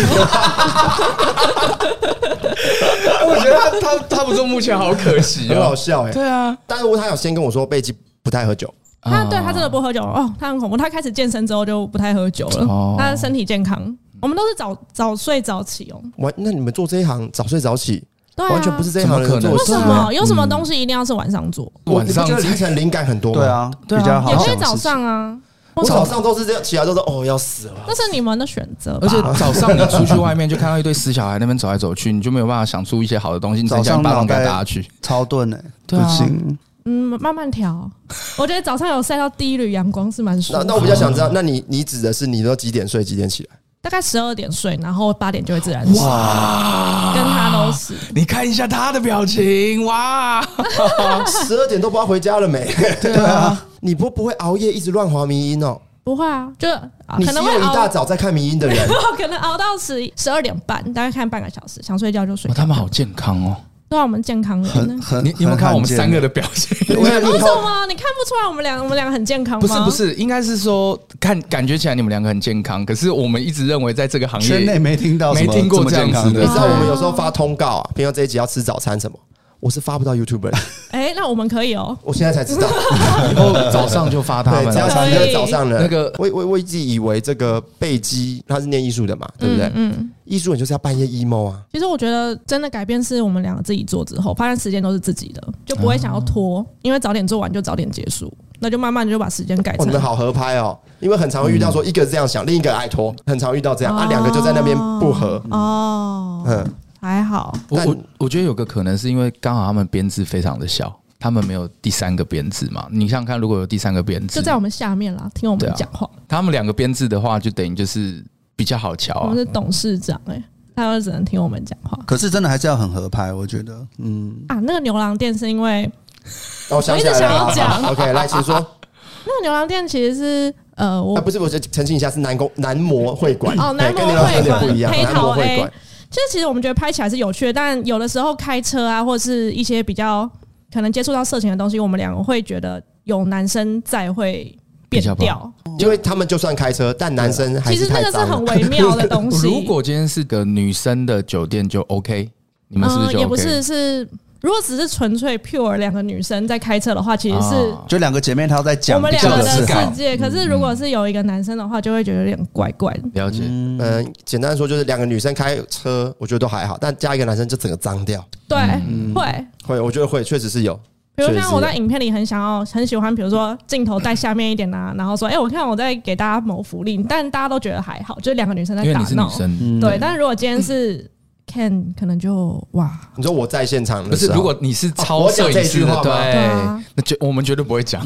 我觉得他他他不做目前好可惜， 很好笑哎。 对啊， 但是他有先跟我说贝基不太喝酒。 他对他真的不喝酒哦，他很恐怖。他开始健身之后就不太喝酒了，哦、他身体健康。我们都是早早睡早起哦。 完，那你们做这一行早睡早起， 对啊、 完全不是这一行人做。 为什么？有什么东西一定要是晚上做？ 晚上你不觉得凌晨灵感很多吗？ 对啊，比较好。 也可以早上啊。 我早上都是这样，起来都是哦要死了。 那是你们的选择。 而且早上你出去外面就看到一堆死小孩那边走来走去，你就没有办法想出一些好的东西。你早上把给大家去超钝哎， 对啊。 嗯，慢慢调。我觉得早上有晒到第一缕阳光是蛮舒服的。 那那我比较想知道，那你你指的是你都几点睡几点起来？ 大概十二点睡，然后八点就会自然醒。哇，跟他都是。 你看一下他的表情，哇！ 十二点都不知道回家了没？ 对啊， 你不不会熬夜一直乱滑迷音哦？ 不会啊，就你是有一大早在看迷音的人， 可能熬到十十二点半，大概看半个小时，想睡觉就睡觉。 他们好健康哦。 对啊，我们健康人呢。 你你有没有看我们三个的表情？ 为什么你看不出来我们两我们两个很健康吗？ 不是不是，应该是说看感觉起来你们两个很健康，可是我们一直认为在这个行业圈内没听到没听过这样子的。 你知道我们有时候发通告啊，平常这一集要吃早餐什么？我是发不到 YouTube 的。 哎、欸，那我们可以哦。 我现在才知道， 以后早上就发他们， 只要传就是早上的那个。 我我我一直以为这个贝基他是念艺术的嘛，对不对？嗯，艺术你就是要半夜 emo 啊。 其实我觉得真的改变是我们两个自己做之后，发现时间都是自己的，就不会想要拖，因为早点做完就早点结束，那就慢慢就把时间改成。 哦，你们好合拍哦，因为很常会遇到说一个这样想，另一个爱拖，很常遇到这样啊，两个就在那边不合。 哦，嗯。还好， 我我我觉得有个可能是因为刚好他们编制非常的小，他们没有第三个编制嘛。你想想看，如果有第三个编制， 就在我们下面啦，听我们讲话、啊。 他们两个编制的话，就等于就是比较好瞧啊。 我们是董事长哎、欸，他就只能听我们讲话。 可是真的还是要很合拍，我觉得。嗯啊，那个牛郎店是因为我一直想要讲 ，OK， 来，请说。 那个牛郎店其实是呃，我、 啊、不是，我澄清一下，是男工男模会馆哦，男模会馆不一样，男模会馆。其实，其实我们觉得拍起来是有趣的，但有的时候开车啊，或者是一些比较可能接触到色情的东西，我们两个会觉得有男生在会变掉， 因为他们就算开车，但男生还是太脏了。 其实那个是很微妙的东西。 如果今天是个女生的酒店就 OK， 你们是不是就 OK？、嗯、 也不是是。如果只是纯粹 pure 两个女生在开车的话，其实是、 哦、就两个姐妹她在讲我们两个的世界。可是如果是有一个男生的话，就会觉得有点怪怪的。 了解， 嗯、呃，简单说就是两个女生开车，我觉得都还好，但加一个男生就整个脏掉。 对，嗯、会会，我觉得会，确实是有。 比如像我在影片里很想要、很喜欢，比如说镜头带下面一点啊，然后说，哎、欸，我看我在给大家谋福利，但大家都觉得还好，就是两个女生在打闹。 嗯、 对，但是如果今天是。Ken 可能就哇， 你说我在现场的不是？如果你是超摄影师的，对，那绝我们绝对不会讲。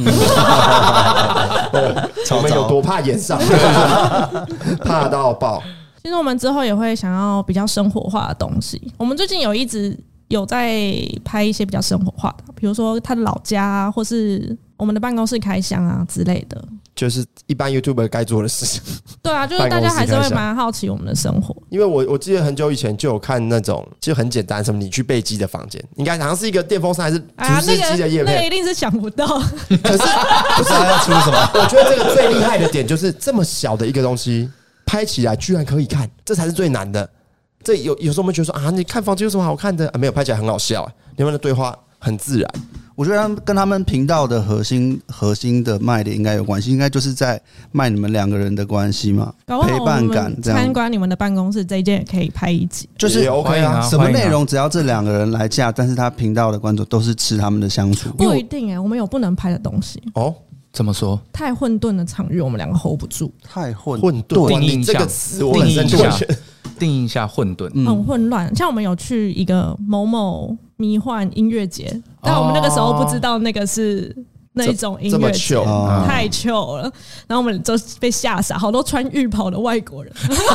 我们有多怕演上，怕到爆。 其实我们之后也会想要比较生活化的东西。我们最近有一直有在拍一些比较生活化的，比如说他的老家啊，或是我们的办公室开箱啊之类的。 就是一般 YouTuber 该做的事情。 对啊，就是大家还是会蛮好奇我们的生活。 因为我我记得很久以前就有看那种就很简单，什么你去贝基的房间，应该好像是一个电风扇还是除湿机的业配、 啊那個，那个一定是想不到。 可是不是要出什么？我觉得这个最厉害的点就是这么小的一个东西拍起来居然可以看，这才是最难的。这有有时候我们觉得说啊，你看房间有什么好看的？啊、没有，拍起来很好笑、欸，你们的对话很自然。 我觉得跟他们频道的核心核心的卖点应该有关系，应该就是在卖你们两个人的关系嘛，陪伴感这样。 参观你们的办公室这一件也可以拍一集， 就是 OK 啊， 什么内容只要这两个人来架，但是他频道的观众都是吃他们的相处。 不一定哎、欸，我们有不能拍的东西哦。 怎么说？ 太混沌的场域，我们两个 hold 不住。 太混混沌， 定义这个词我很生气。 定义一下混沌， 嗯、很混乱。像我们有去一个某某迷幻音乐节，但我们那个时候不知道那个是那一种音乐节，太糗了。然后我们就被吓傻，好多穿浴袍的外国人。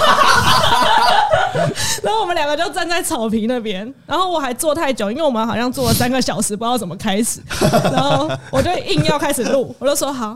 然后我们两个就站在草坪那边，然后我还坐太久，因为我们好像坐了三个小时，不知道怎么开始。然后我就硬要开始录，我就说好。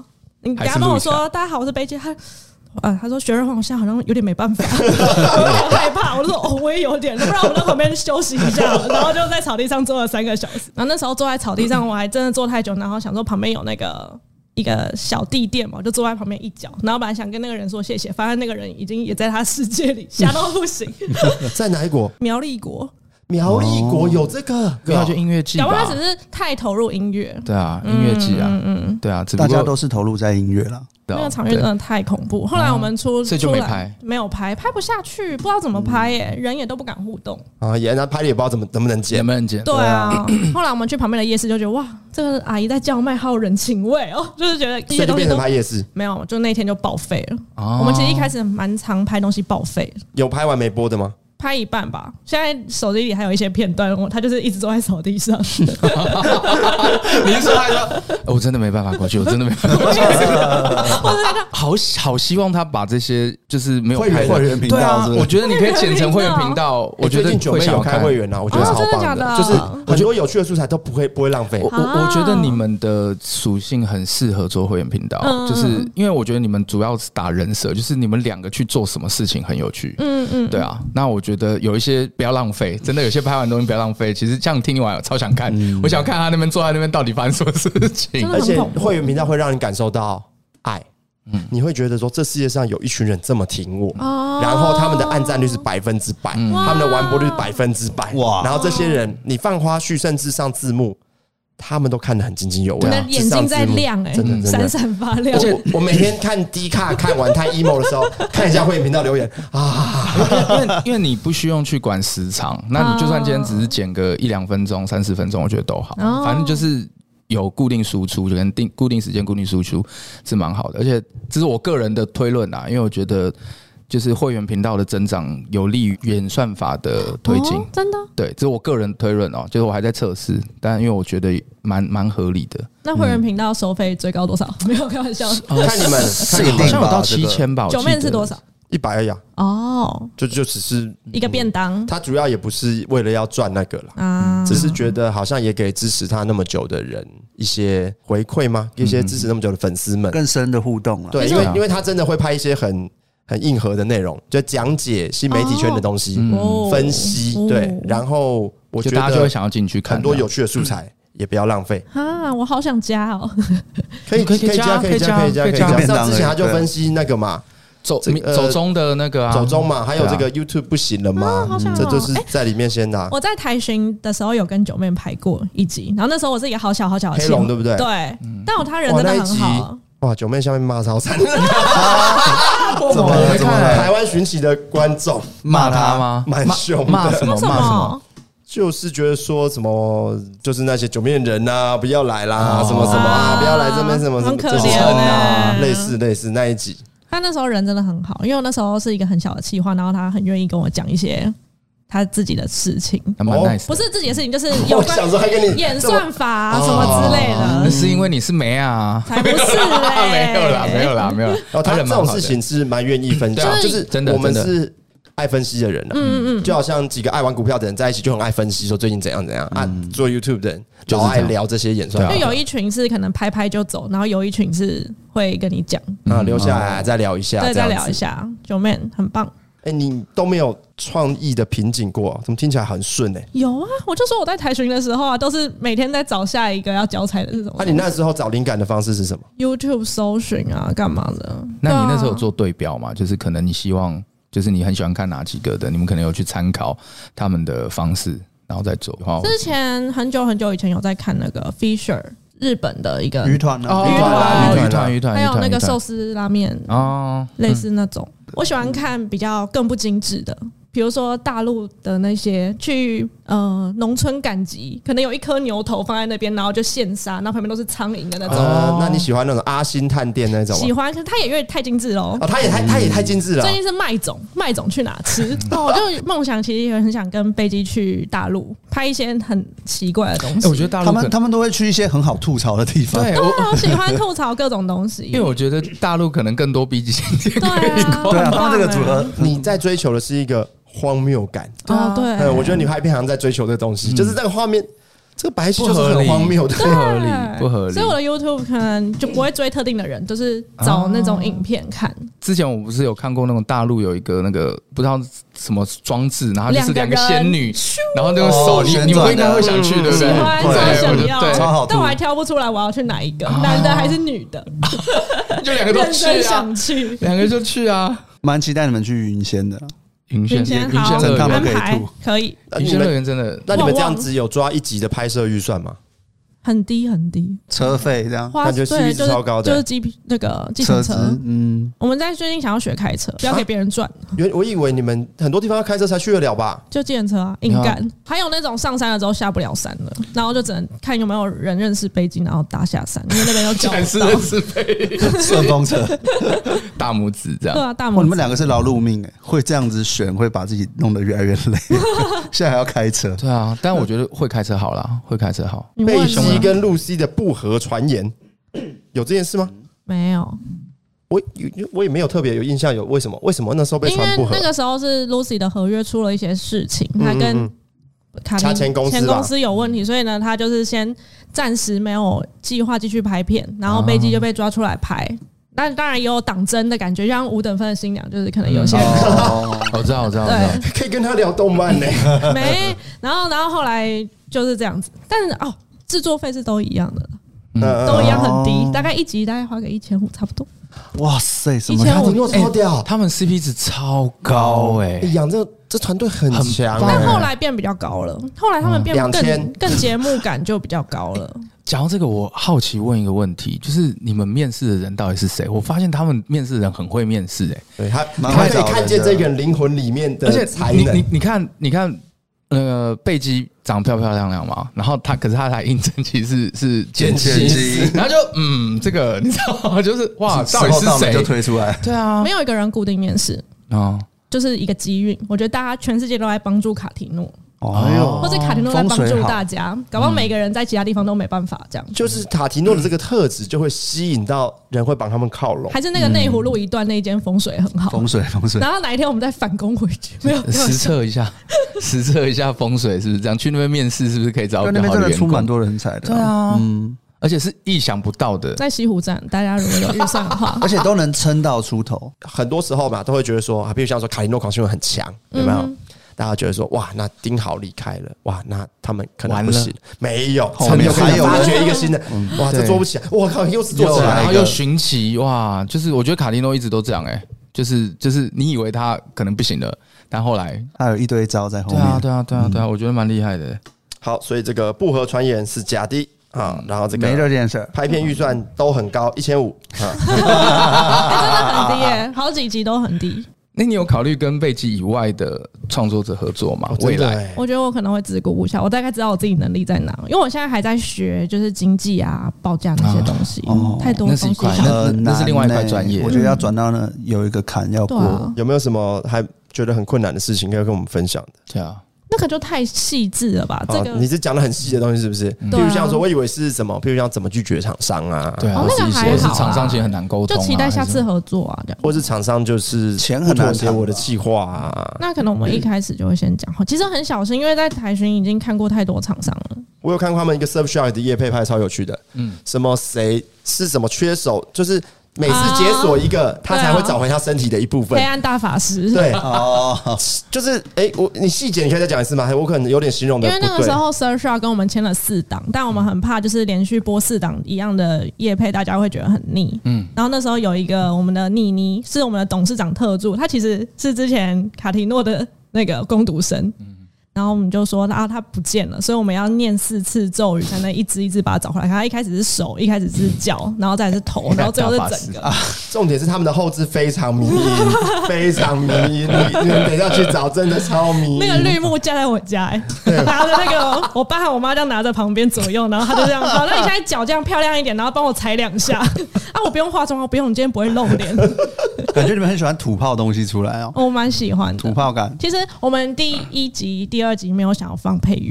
你等下跟我说大家好，我是贝基，他。啊，他说学热晃，我现在好像有点没办法，我有点害怕。我就说哦，我也有点，不然我在旁边休息一下，然后就在草地上坐了三个小时。然后那时候坐在草地上，我还真的坐太久，然后想说旁边有那个一个小地垫嘛，我就坐在旁边一角。然后本来想跟那个人说谢谢，发现那个人已经也在他世界里，吓到不行。 在哪一国？ 苗栗国。 苗栗国有这个， 对啊，就音乐季吧。 他只是太投入音乐。 对啊，音乐季啊，嗯嗯，对啊， 大家都是投入在音乐了。 那个场面真的太恐怖。后来我们出， 所以就没拍， 没有拍，拍不下去，不知道怎么拍耶，人也都不敢互动啊，也那拍的也不知道怎么能不能剪， 能不能剪？ 对啊。后来我们去旁边的夜市，就觉得哇，这个阿姨在叫卖，好有人情味哦，就是觉得一些东西都变成拍夜市， 没有，就那天就报废了。我们其实一开始蛮常拍东西报废， 有拍完没播的吗？ 拍一半吧，现在手机里还有一些片段，他就是一直坐在草地上。 你是说他说，我真的没办法过去，我真的没办法过去。好好希望他把这些就是没有会员会员频道， 对啊，我觉得你可以剪成会员频道。我觉得九妹有开会员啊，我觉得超棒的，就是很多有趣的素材都不会不会浪费。 我我觉得你们的属性很适合做会员频道，就是因为我觉得你们主要是打人设，就是你们两个去做什么事情很有趣。嗯嗯，对啊，那我觉得。觉得有一些不要浪费，真的有些拍完东西不要浪费。其实像听完我超想看，嗯、我想看他那边坐在那边到底发生什么事情。 而且会员频道会让你感受到爱，嗯、你会觉得说这世界上有一群人这么挺我，哦、然后他们的按赞率是百分之百，嗯、他们的完播率是百分之百，哇！然后这些人你放花絮甚至上字幕。他们都看得很津津有味， 你的眼睛在亮哎，真的闪闪发亮。 而且我每天看 D 卡看完太 emo 的时候，看一下会员频道留言啊， 因为因为你不需要去管时长，那你就算今天只是剪个一两分钟、三十分钟，我觉得都好，反正就是有固定输出，就跟定固定时间、固定输出是蛮好的。而且这是我个人的推论啊，因为我觉得。就是会员频道的增长有利于演算法的推进，哦、 真的？ 对，这是我个人推论哦，就是我还在测试，但因为我觉得蛮蛮合理的。 那会员频道收费最高多少？嗯、没有开玩笑， 看你们， 看好像有到七千吧。 九妹是多少？ 一百而已啊。 哦， 就就只是一个便当， 他主要也不是为了要赚那个了啊，只是觉得好像也给支持他那么久的人一些回馈吗？一些支持那么久的粉丝们更深的互动了。 对，因为因为他真的会拍一些很。很硬核的内容，就讲解新媒体圈的东西，哦、分析、哦、对，然后我觉得大家就会想要进去看很多有趣的素材，嗯、也不要浪费啊！我好想加哦， 可以可以加可以加可以加可以加。像之前他就分析那个嘛， 走走中的那个、啊、 走中嘛，还有这个 YouTube 不行了吗？ 啊哦、 这就是在里面先拿、欸。 我在台巡的时候有跟九妹拍过一集，然后那时候我是一个好小好小的黑龙，对不对？ 对，嗯、但我他人真的很好。 哇，九妹下面骂超惨， 怎么了？怎么了？ 台湾寻奇的观众骂他吗？ 蛮凶的， 骂什么？骂什么？ 就是觉得说什么，就是那些九面人啊，不要来啦，什么什么啊，不要来这边，什么什么， 很可怜啊， 类似类似那一集。 他那时候人真的很好，因为我那时候是一个很小的企划，然后他很愿意跟我讲一些。他自己的事情，不是自己的事情，就是有关演算法啊什么之类的。 那是因为你是梅啊， 才不是嘞， 没有啦，没有啦，没有啦。 然后他这种事情是蛮愿意分享，就是我们是爱分析的人啊，嗯嗯，就好像几个爱玩股票的人在一起，就很爱分析说最近怎样怎样啊。做 YouTube 的人就爱聊这些演算法， 因为有一群是可能拍拍就走，然后有一群是会跟你讲啊，留下来再聊一下， 对，再聊一下。九妹很棒。 哎、欸，你都没有创意的瓶颈过、啊，怎么听起来很顺呢、欸？ 有啊，我就说我在台巡的时候啊，都是每天在找下一个要教材的这种。 那、啊、你那时候找灵感的方式是什么 ？YouTube 搜寻啊，干嘛的？ 那你那时候有做对标吗？就是可能你希望，就是你很喜欢看哪几个的，你们可能有去参考他们的方式，然后再做。 之前很久很久以前有在看那个 Fisher。日本的一个鱼团啊， 鱼团，鱼团，鱼团， 还有那个寿司拉面哦，类似那种。我喜欢看比较更不精致的，比如说大陆的那些去呃农村赶集，可能有一颗牛头放在那边，然后就现杀，然后旁边都是苍蝇的那种。 呃，那你喜欢那种阿星探店那种？ 喜欢，可是它也有点太精致喽。 哦，它也太，它也太精致了。 最近是麦总，麦总去哪吃？哦，我就梦想，其实也很想跟贝基去大陆拍一些很奇怪的东西。 欸、我觉得大陆他们他们都会去一些很好吐槽的地方。 对，我好喜欢吐槽各种东西。 因为我觉得大陆可能更多 B 级景点可以逛。 对啊，他们这个组合， 你在追求的是一个荒谬感。 哦，对， 我觉得你拍片好像在追求这个东西，嗯、就是这个画面。 这个白皙就是很荒谬的， 不合理，不合理。 所以我的 YouTube 可能就不会追特定的人，就是找那种影片看。哦、 之前我不是有看过那种大陆有一个那个不知道什么装置，然后就是两个仙女，然后那个手，你你们应该会想去，对不对？ 喜欢，超想要， 对，超好。 但我还挑不出来我要去哪一个，男的还是女的？ 就两个都去啊， 想去， 两个就去啊。 蛮期待你们去云仙的。 云仙，云仙乐园安排可以。 云仙乐园真的， 那你们这样子有抓一集的拍摄预算吗？ 很低很低， 车费这样， 感觉 C P 值超高的， 就是机那个计程车。 嗯， 我们在最近想要学开车，不要给别人赚。 原我以为你们很多地方要开车才去得了吧？ 就计程车啊，硬干。还有那种上山了之后下不了山了，然后就只能看有没有人认识北京，然后搭下山，因为那边有脚道。 认识北顺风车， 大拇指这样。 对啊，大拇指。 你们两个是劳碌命哎，会这样子选，会把自己弄得越来越累。现在还要开车， 对啊，但我觉得会开车好啦，会开车好。 贝基跟露西的不合传言有这件事吗？ 没有， 我我也没有特别有印象有为什么？为什么那时候被传不合？ 因为那个时候是 Lucy 的合约出了一些事情，他跟卡丁前公司有问题，所以呢，他就是先暂时没有计划继续拍片，然后贝基就被抓出来拍。但当然也有党争的感觉，像五等分的新娘，就是可能有些人、 哦，我知道，我知道， 对， 可以跟他聊动漫呢、 欸。没，然后，然后后来就是这样子，但是哦，制作费是都一样的，嗯、都一样很低，大概一集大概花个一千五，差不多。 哇塞，什么？ 卡迪诺超屌、 欸，他们 C P 值超高哎、欸， 养、欸、这这团队很强、欸， 但后来变比较高了，后来他们变更、嗯、更节目感就比较高了。 讲到这个，我好奇问一个问题，就是你们面试的人到底是谁？我发现他们面试的人很会面试、欸，哎， 对他，他可以看见这个人灵魂里面的才能。 而且你你你看，你看那个贝基长得漂漂亮亮嘛，然后他可是他来应征其实是剪辑，然后就嗯，这个你知道吗？就是哇，到底是谁就推出来？ 对啊， 没有一个人固定面试啊，就是一个机运。我觉得大家全世界都在帮助卡提诺。哦，或者卡提诺在帮助大家，搞不好每个人在其他地方都没办法这样。 就是卡提诺的这个特质，就会吸引到人，会帮他们靠拢。 还是那个内湖路一段那一间风水很好， 风水风水。 然后哪一天我们再返工回去，没有实测一下，实测一下风水是不是这样？去那边面试是不是可以找到比较好的员工？ 那边真的出蛮多人才的， 对啊，嗯。而且是意想不到的， 在西湖站，大家如果有预算的话， 而且都能撑到出头。 很多时候嘛，都会觉得说啊，比如像说卡提诺狂新闻很强，有没有？嗯，大家觉得说哇，那丁豪离开了，哇，那他们可能不行。没有， 后面还有发掘一个新的，哇，这做不起来，我靠，又是做起来， 然后又寻奇，哇，就是我觉得卡蒂诺一直都这样，哎，就是就是你以为他可能不行了，但后来他有一堆招在后面。 对啊，对啊，对啊，对啊，我觉得蛮厉害的。 好，所以这个不合传言是假的啊，然后这个没这件事， 拍片预算都很高，一千五，真的很低耶，好几集都很低。 那你有考虑跟贝基以外的创作者合作吗？ 哦、 未来， 我觉得我可能会自顾不暇，我大概知道我自己能力在哪，因为我现在还在学，就是经济啊、报价那些东西，啊哦、太多东西。 那是一块，那, 那是另外一块专业。 我觉得要转到那有一个坎要过。 啊、 有没有什么还觉得很困难的事情可以跟我们分享的？ 对啊。 那个就太细致了吧？这个你是讲的很细的东西，是不是？嗯、譬如像说，我以为是什么？譬如像怎么拒绝厂商啊？ 对啊， 哦、那个还好、啊。 厂商其实很难沟通、啊， 就期待下次合作啊，这样。 或是厂商就是钱很难写我的计划啊。 那可能我们一开始就会先讲，其实很小心，因为在台巡已经看过太多厂商了。 我有看过他们一个 Surfshark 的业配拍超有趣的，嗯，什么谁是什么缺手，就是。每次解锁一个，他才会找回他身体的一部分。 黑暗大法师， 对，哦，就是哎、欸，我你细节你可以再讲一次吗？我可能有点形容的不对。 因为那个时候 Surfshark 跟我们签了四档，但我们很怕就是连续播四档一样的业配，大家会觉得很腻。嗯，然后那时候有一个我们的妮妮是我们的董事长特助，他其实是之前卡提诺的那个工读生。嗯，然后我们就说啊，他不见了，所以我们要念四次咒语才能一只一只把它找回来。他一开始是手，一开始是脚，然后再来是头，然后最后是整个。啊、 重点是他们的后置非常迷因，非常迷因。你们等一下去找，真的超迷因。 那个绿幕架在我家、欸，拿着那个我爸和我妈这样拿着旁边左右，然后他就这样说：“那你现在脚这样漂亮一点，然后帮我踩两下。”啊，我不用化妆，我不用，你今天不会露脸。 感觉你们很喜欢土炮东西出来哦。 我蛮喜欢的土炮感。 其实我们第一集、第二集没有想要放配乐，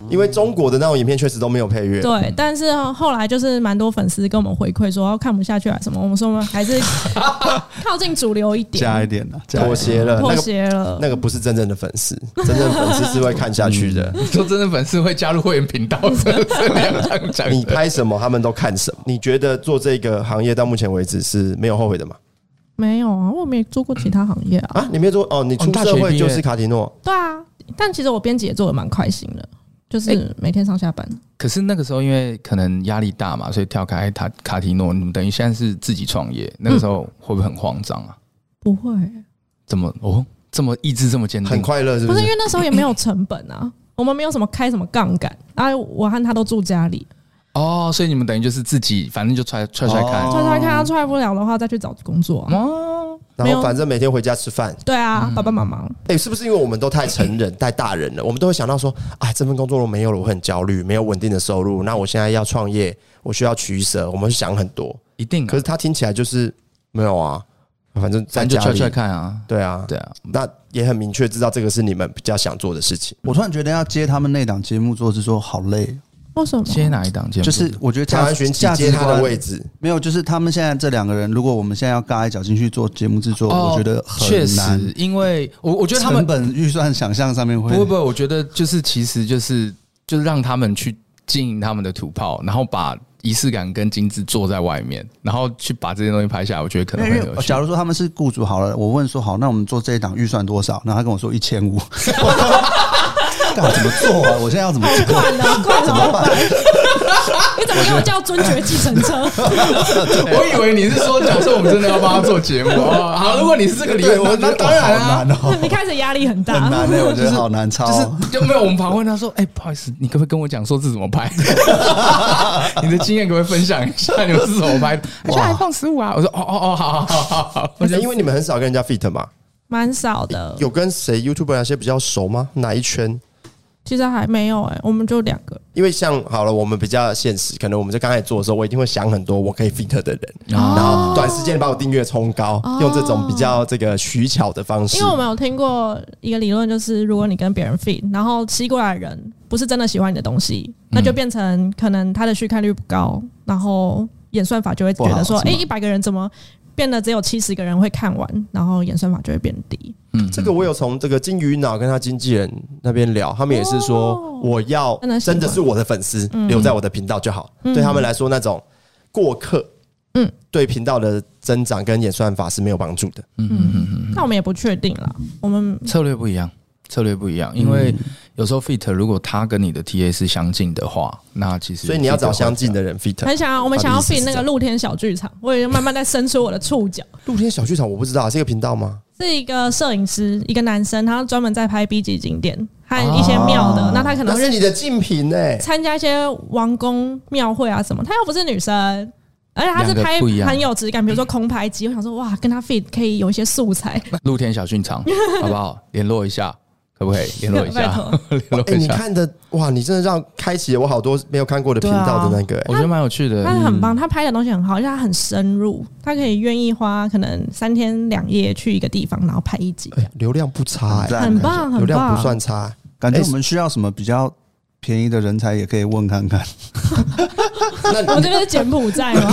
因为中国的那种影片确实都没有配乐。 对，但是后来就是蛮多粉丝跟我们回馈说看不下去啊什么，我们说我们还是靠近主流一点， 加一点啊， 妥协了， 妥协了、 那個，那个不是真正的粉丝，真正的粉丝是会看下去的。 你说真正粉丝会加入会员频道，是这样讲。 你拍什么，他们都看什么。你觉得做这个行业到目前为止是没有后悔的吗？ 没有啊，我没做过其他行业啊。 啊，你没有做哦？你出社会就是卡提诺。 对啊，但其实我编辑也做的蛮开心的，就是每天上下班。欸、 可是那个时候因为可能压力大嘛，所以跳开卡卡提诺，你们等于现在是自己创业，那个时候会不会很慌张啊？ 不会、欸， 怎么哦？这么意志这么坚定， 很快乐是不是？ 不是因为那时候也没有成本啊，我们没有什么开什么杠杆，啊，我和他都住家里。 哦，所以你们等于就是自己，反正就踹踹踹看， 踹踹看，踹不了的话再去找工作、啊。 哦， 然后反正每天回家吃饭。 对啊，嗯、爸爸妈妈。 哎、欸，是不是因为我们都太成人、太大人了？我们都会想到说，哎，这份工作如果没有了，我会很焦虑，没有稳定的收入。那我现在要创业，我需要取舍，我们会想很多。 一定、啊。 可是他听起来就是没有啊，反正在家里就踹踹看啊。 对啊， 对啊。 那也很明确知道这个是你们比较想做的事情。 我突然觉得要接他们那档节目做制作好累。 为什么？ 接哪一档节目？ 就是我觉得台湾寻奇接他的位置没有，就是他们现在这两个人，如果我们现在要嘎一脚进去做节目制作，哦、我觉得很难。 因为我我觉得他们成本预算想象上面会不会不会，我觉得就是其实就是就是让他们去经营他们的土炮，然后把仪式感跟精致做在外面，然后去把这些东西拍下来，我觉得可能会有趣。 假如说他们是雇主好了，我问说好，那我们做这一档预算多少？然后他跟我说一千五。干怎么做啊？我现在要怎么做？ 快了，快怎么办？你怎么给我叫尊爵计程车？ 我以为你是说，假设我们真的要帮他做节目哦。好，如果你是这个理由，那当然啊。 你开始压力很大， 很难的、欸，我觉得好难操。 就是就没有我们跑问他说：“哎、欸，不好意思，你可不可以跟我讲说这怎么拍？你的经验可不可以分享一下？你们是怎么拍？就 iPhone 十五啊。”我说：“哦哦哦，好好好好好。” 因为你们很少跟人家 fit 嘛， 蛮少的。 有跟谁 YouTuber 那些比较熟吗？哪一圈？ 其实还没有哎、欸，我们就两个。 因为像好了，我们比较现实，可能我们在刚开始做的时候，我一定会想很多我可以 fit 的人，哦、然后短时间把我订阅冲高，哦、用这种比较这个取巧的方式。 因为我们有听过一个理论，就是如果你跟别人 fit， 然后吸过来的人不是真的喜欢你的东西，那就变成可能他的续看率不高，然后演算法就会觉得说，哎，一百个人怎么变得只有七十个人会看完，然后演算法就会变低。 嗯，这个我有从这个金鱼脑跟他经纪人那边聊，他们也是说，我要真的是我的粉丝留在我的频道就好。嗯、对他们来说，那种过客，嗯，对频道的增长跟演算法是没有帮助的。 嗯嗯嗯。那我们也不确定啦，我们策略不一样。策略不一样，因为有时候 fit 如果他跟你的 T A 是相近的话，那其实所以你要找相近的人 fit。 很想要，我们想要 fit 那个露天小剧场，我也慢慢在伸出我的触角。 露天小剧场我不知道，是一个频道吗？ 是一个摄影师，一个男生，他专门在拍 B 级景点和一些庙的。啊、那他可能是你的竞品哎， 参加一些王公庙会啊什么。他又不是女生。而且他是拍很有质感，比如说空拍机，我想说哇，跟他 fit 可以有一些素材。 露天小剧场，好不好？联络一下。可不可以联络一下？联络一下。欸、你看的哇，你真的让开启了我好多没有看过的频道的那个、欸， 我觉得蛮有趣的。 他很棒，他拍的东西很好，而且他很深入，他可以愿意花可能三天两夜去一个地方，然后拍一集， 欸、流量不差、欸， 很棒，很棒， 流量不算差、欸。 感觉我们需要什么比较便宜的人才，也可以问看看。 那我这边是柬埔寨吗？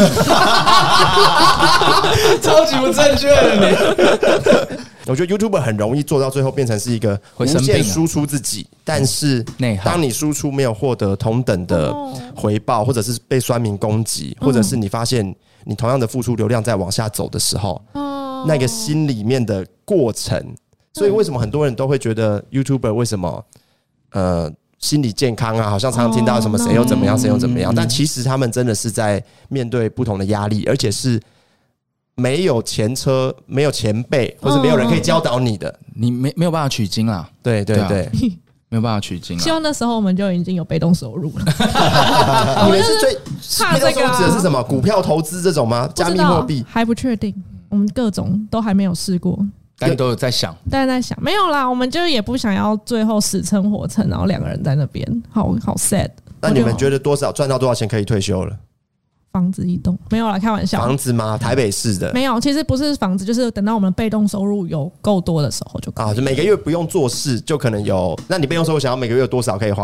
超级不正确的你。 我觉得 YouTuber 很容易做到最后变成是一个无限输出自己，但是当你输出没有获得同等的回报，或者是被酸民攻击，或者是你发现你同样的付出流量在往下走的时候，那个心里面的过程，所以为什么很多人都会觉得 YouTuber 为什么呃心理健康啊，好像常常听到什么谁又怎么样，谁又怎么样，但其实他们真的是在面对不同的压力，而且是。没有前车，没有前辈，或者没有人可以教导你的， 嗯、你没没有办法取经啦。 对对 对, 對、啊， 没有办法取经。 希望那时候我们就已经有被动收入了。 你们是最被动收入指的是什么？股票投资这种吗？加密货币还不确定，我们各种都还没有试过， 但都有在想， 但在想没有啦。我们就也不想要最后死撑活撑，然后两个人在那边，好好 sad。 那你们觉得多少赚到多少钱可以退休了？ 房子一栋没有啦，开玩笑。 房子吗？台北市的没有，其实不是房子，就是等到我们被动收入有够多的时候就可以啊，就每个月不用做事就可能有。那你被动收入想要每个月有多少可以花？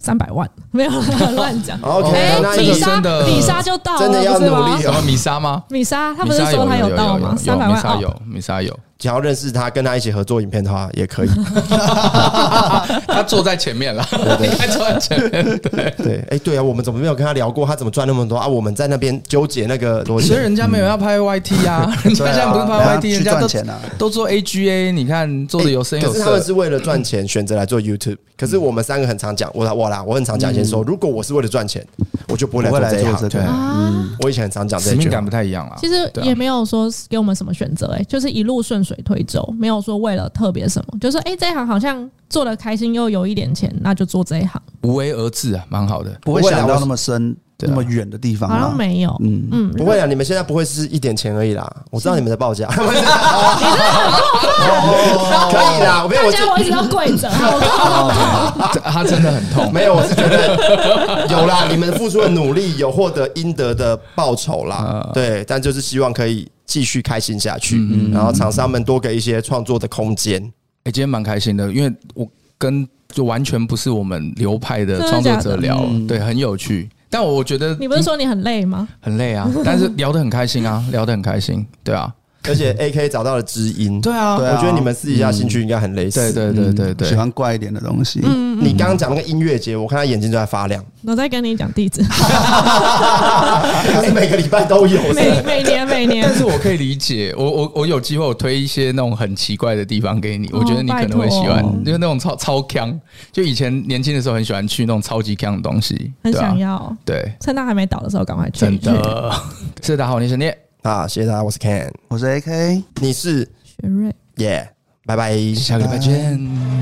三百万，没有乱讲。 OK， 哎， 那米莎真的米莎就到了， 真的要不是吗努力什么米莎吗？ 米莎，他不是说他有到吗？三百万米莎有，米莎有。 想要认识他，跟他一起合作影片的话，也可以。 他坐在前面了，应该坐在前面。对对，哎，对啊，我们怎么没有跟他聊过？他怎么赚那么多啊？我们在那边纠结那个逻辑。 所以人家没有要拍 Y T 啊，人家现在不是拍 Y T， 人家都都做 A G A， 你看做的有声有色。 可是他们是为了赚钱选择来做 YouTube。可是我们三个很常讲，我我啦，我很常讲一些说，如果我是为了赚钱，我就不会来做这一行。嗯，我以前很常讲这句， 使命感不太一样啊。 其实也没有说给我们什么选择，哎，就是一路顺水推舟，没有说为了特别什么，就是哎、欸、这一行好像做得开心又有一点钱，那就做这一行， 无为而治啊，蛮好的， 不会想到那么深。那么远的地方好像没有， 嗯嗯，不会啊，你们现在不会是一点钱而已啦，我知道你们的报价，可以啦，我没有， 大家我一直都跪着，好痛， 他真的很痛， 没有，我是觉得有啦，你们付出的努力有获得应得的报酬啦，对，但就是希望可以继续开心下去，然后厂商们多给一些创作的空间。 哎，今天蛮开心的，因为我跟就完全不是我们流派的创作者聊，对，很有趣。但我觉得你不是说你很累吗？ 很累啊，但是聊得很开心啊，聊得很开心，对啊。 而且 A K 找到了知音， 对啊， 我觉得你们私底下兴趣应该很类似， 对对对对对， 喜欢怪一点的东西。 嗯， 你刚刚讲那个音乐节，我看他眼睛都在发亮。 我在跟你讲地址， 可是每个礼拜都有， 每每年每年。 但是我可以理解，我我我有机会我推一些那种很奇怪的地方给你，我觉得你可能会喜欢，就是那种超超强，就以前年轻的时候很喜欢去那种超级强的东西， 很想要， 对， 趁他还没倒的时候赶快去。 真的，是大家好，我是聂啊，谢谢大家，我是 Ken， 我是 A K， 你是学瑞， 耶，拜拜， 下个礼拜见。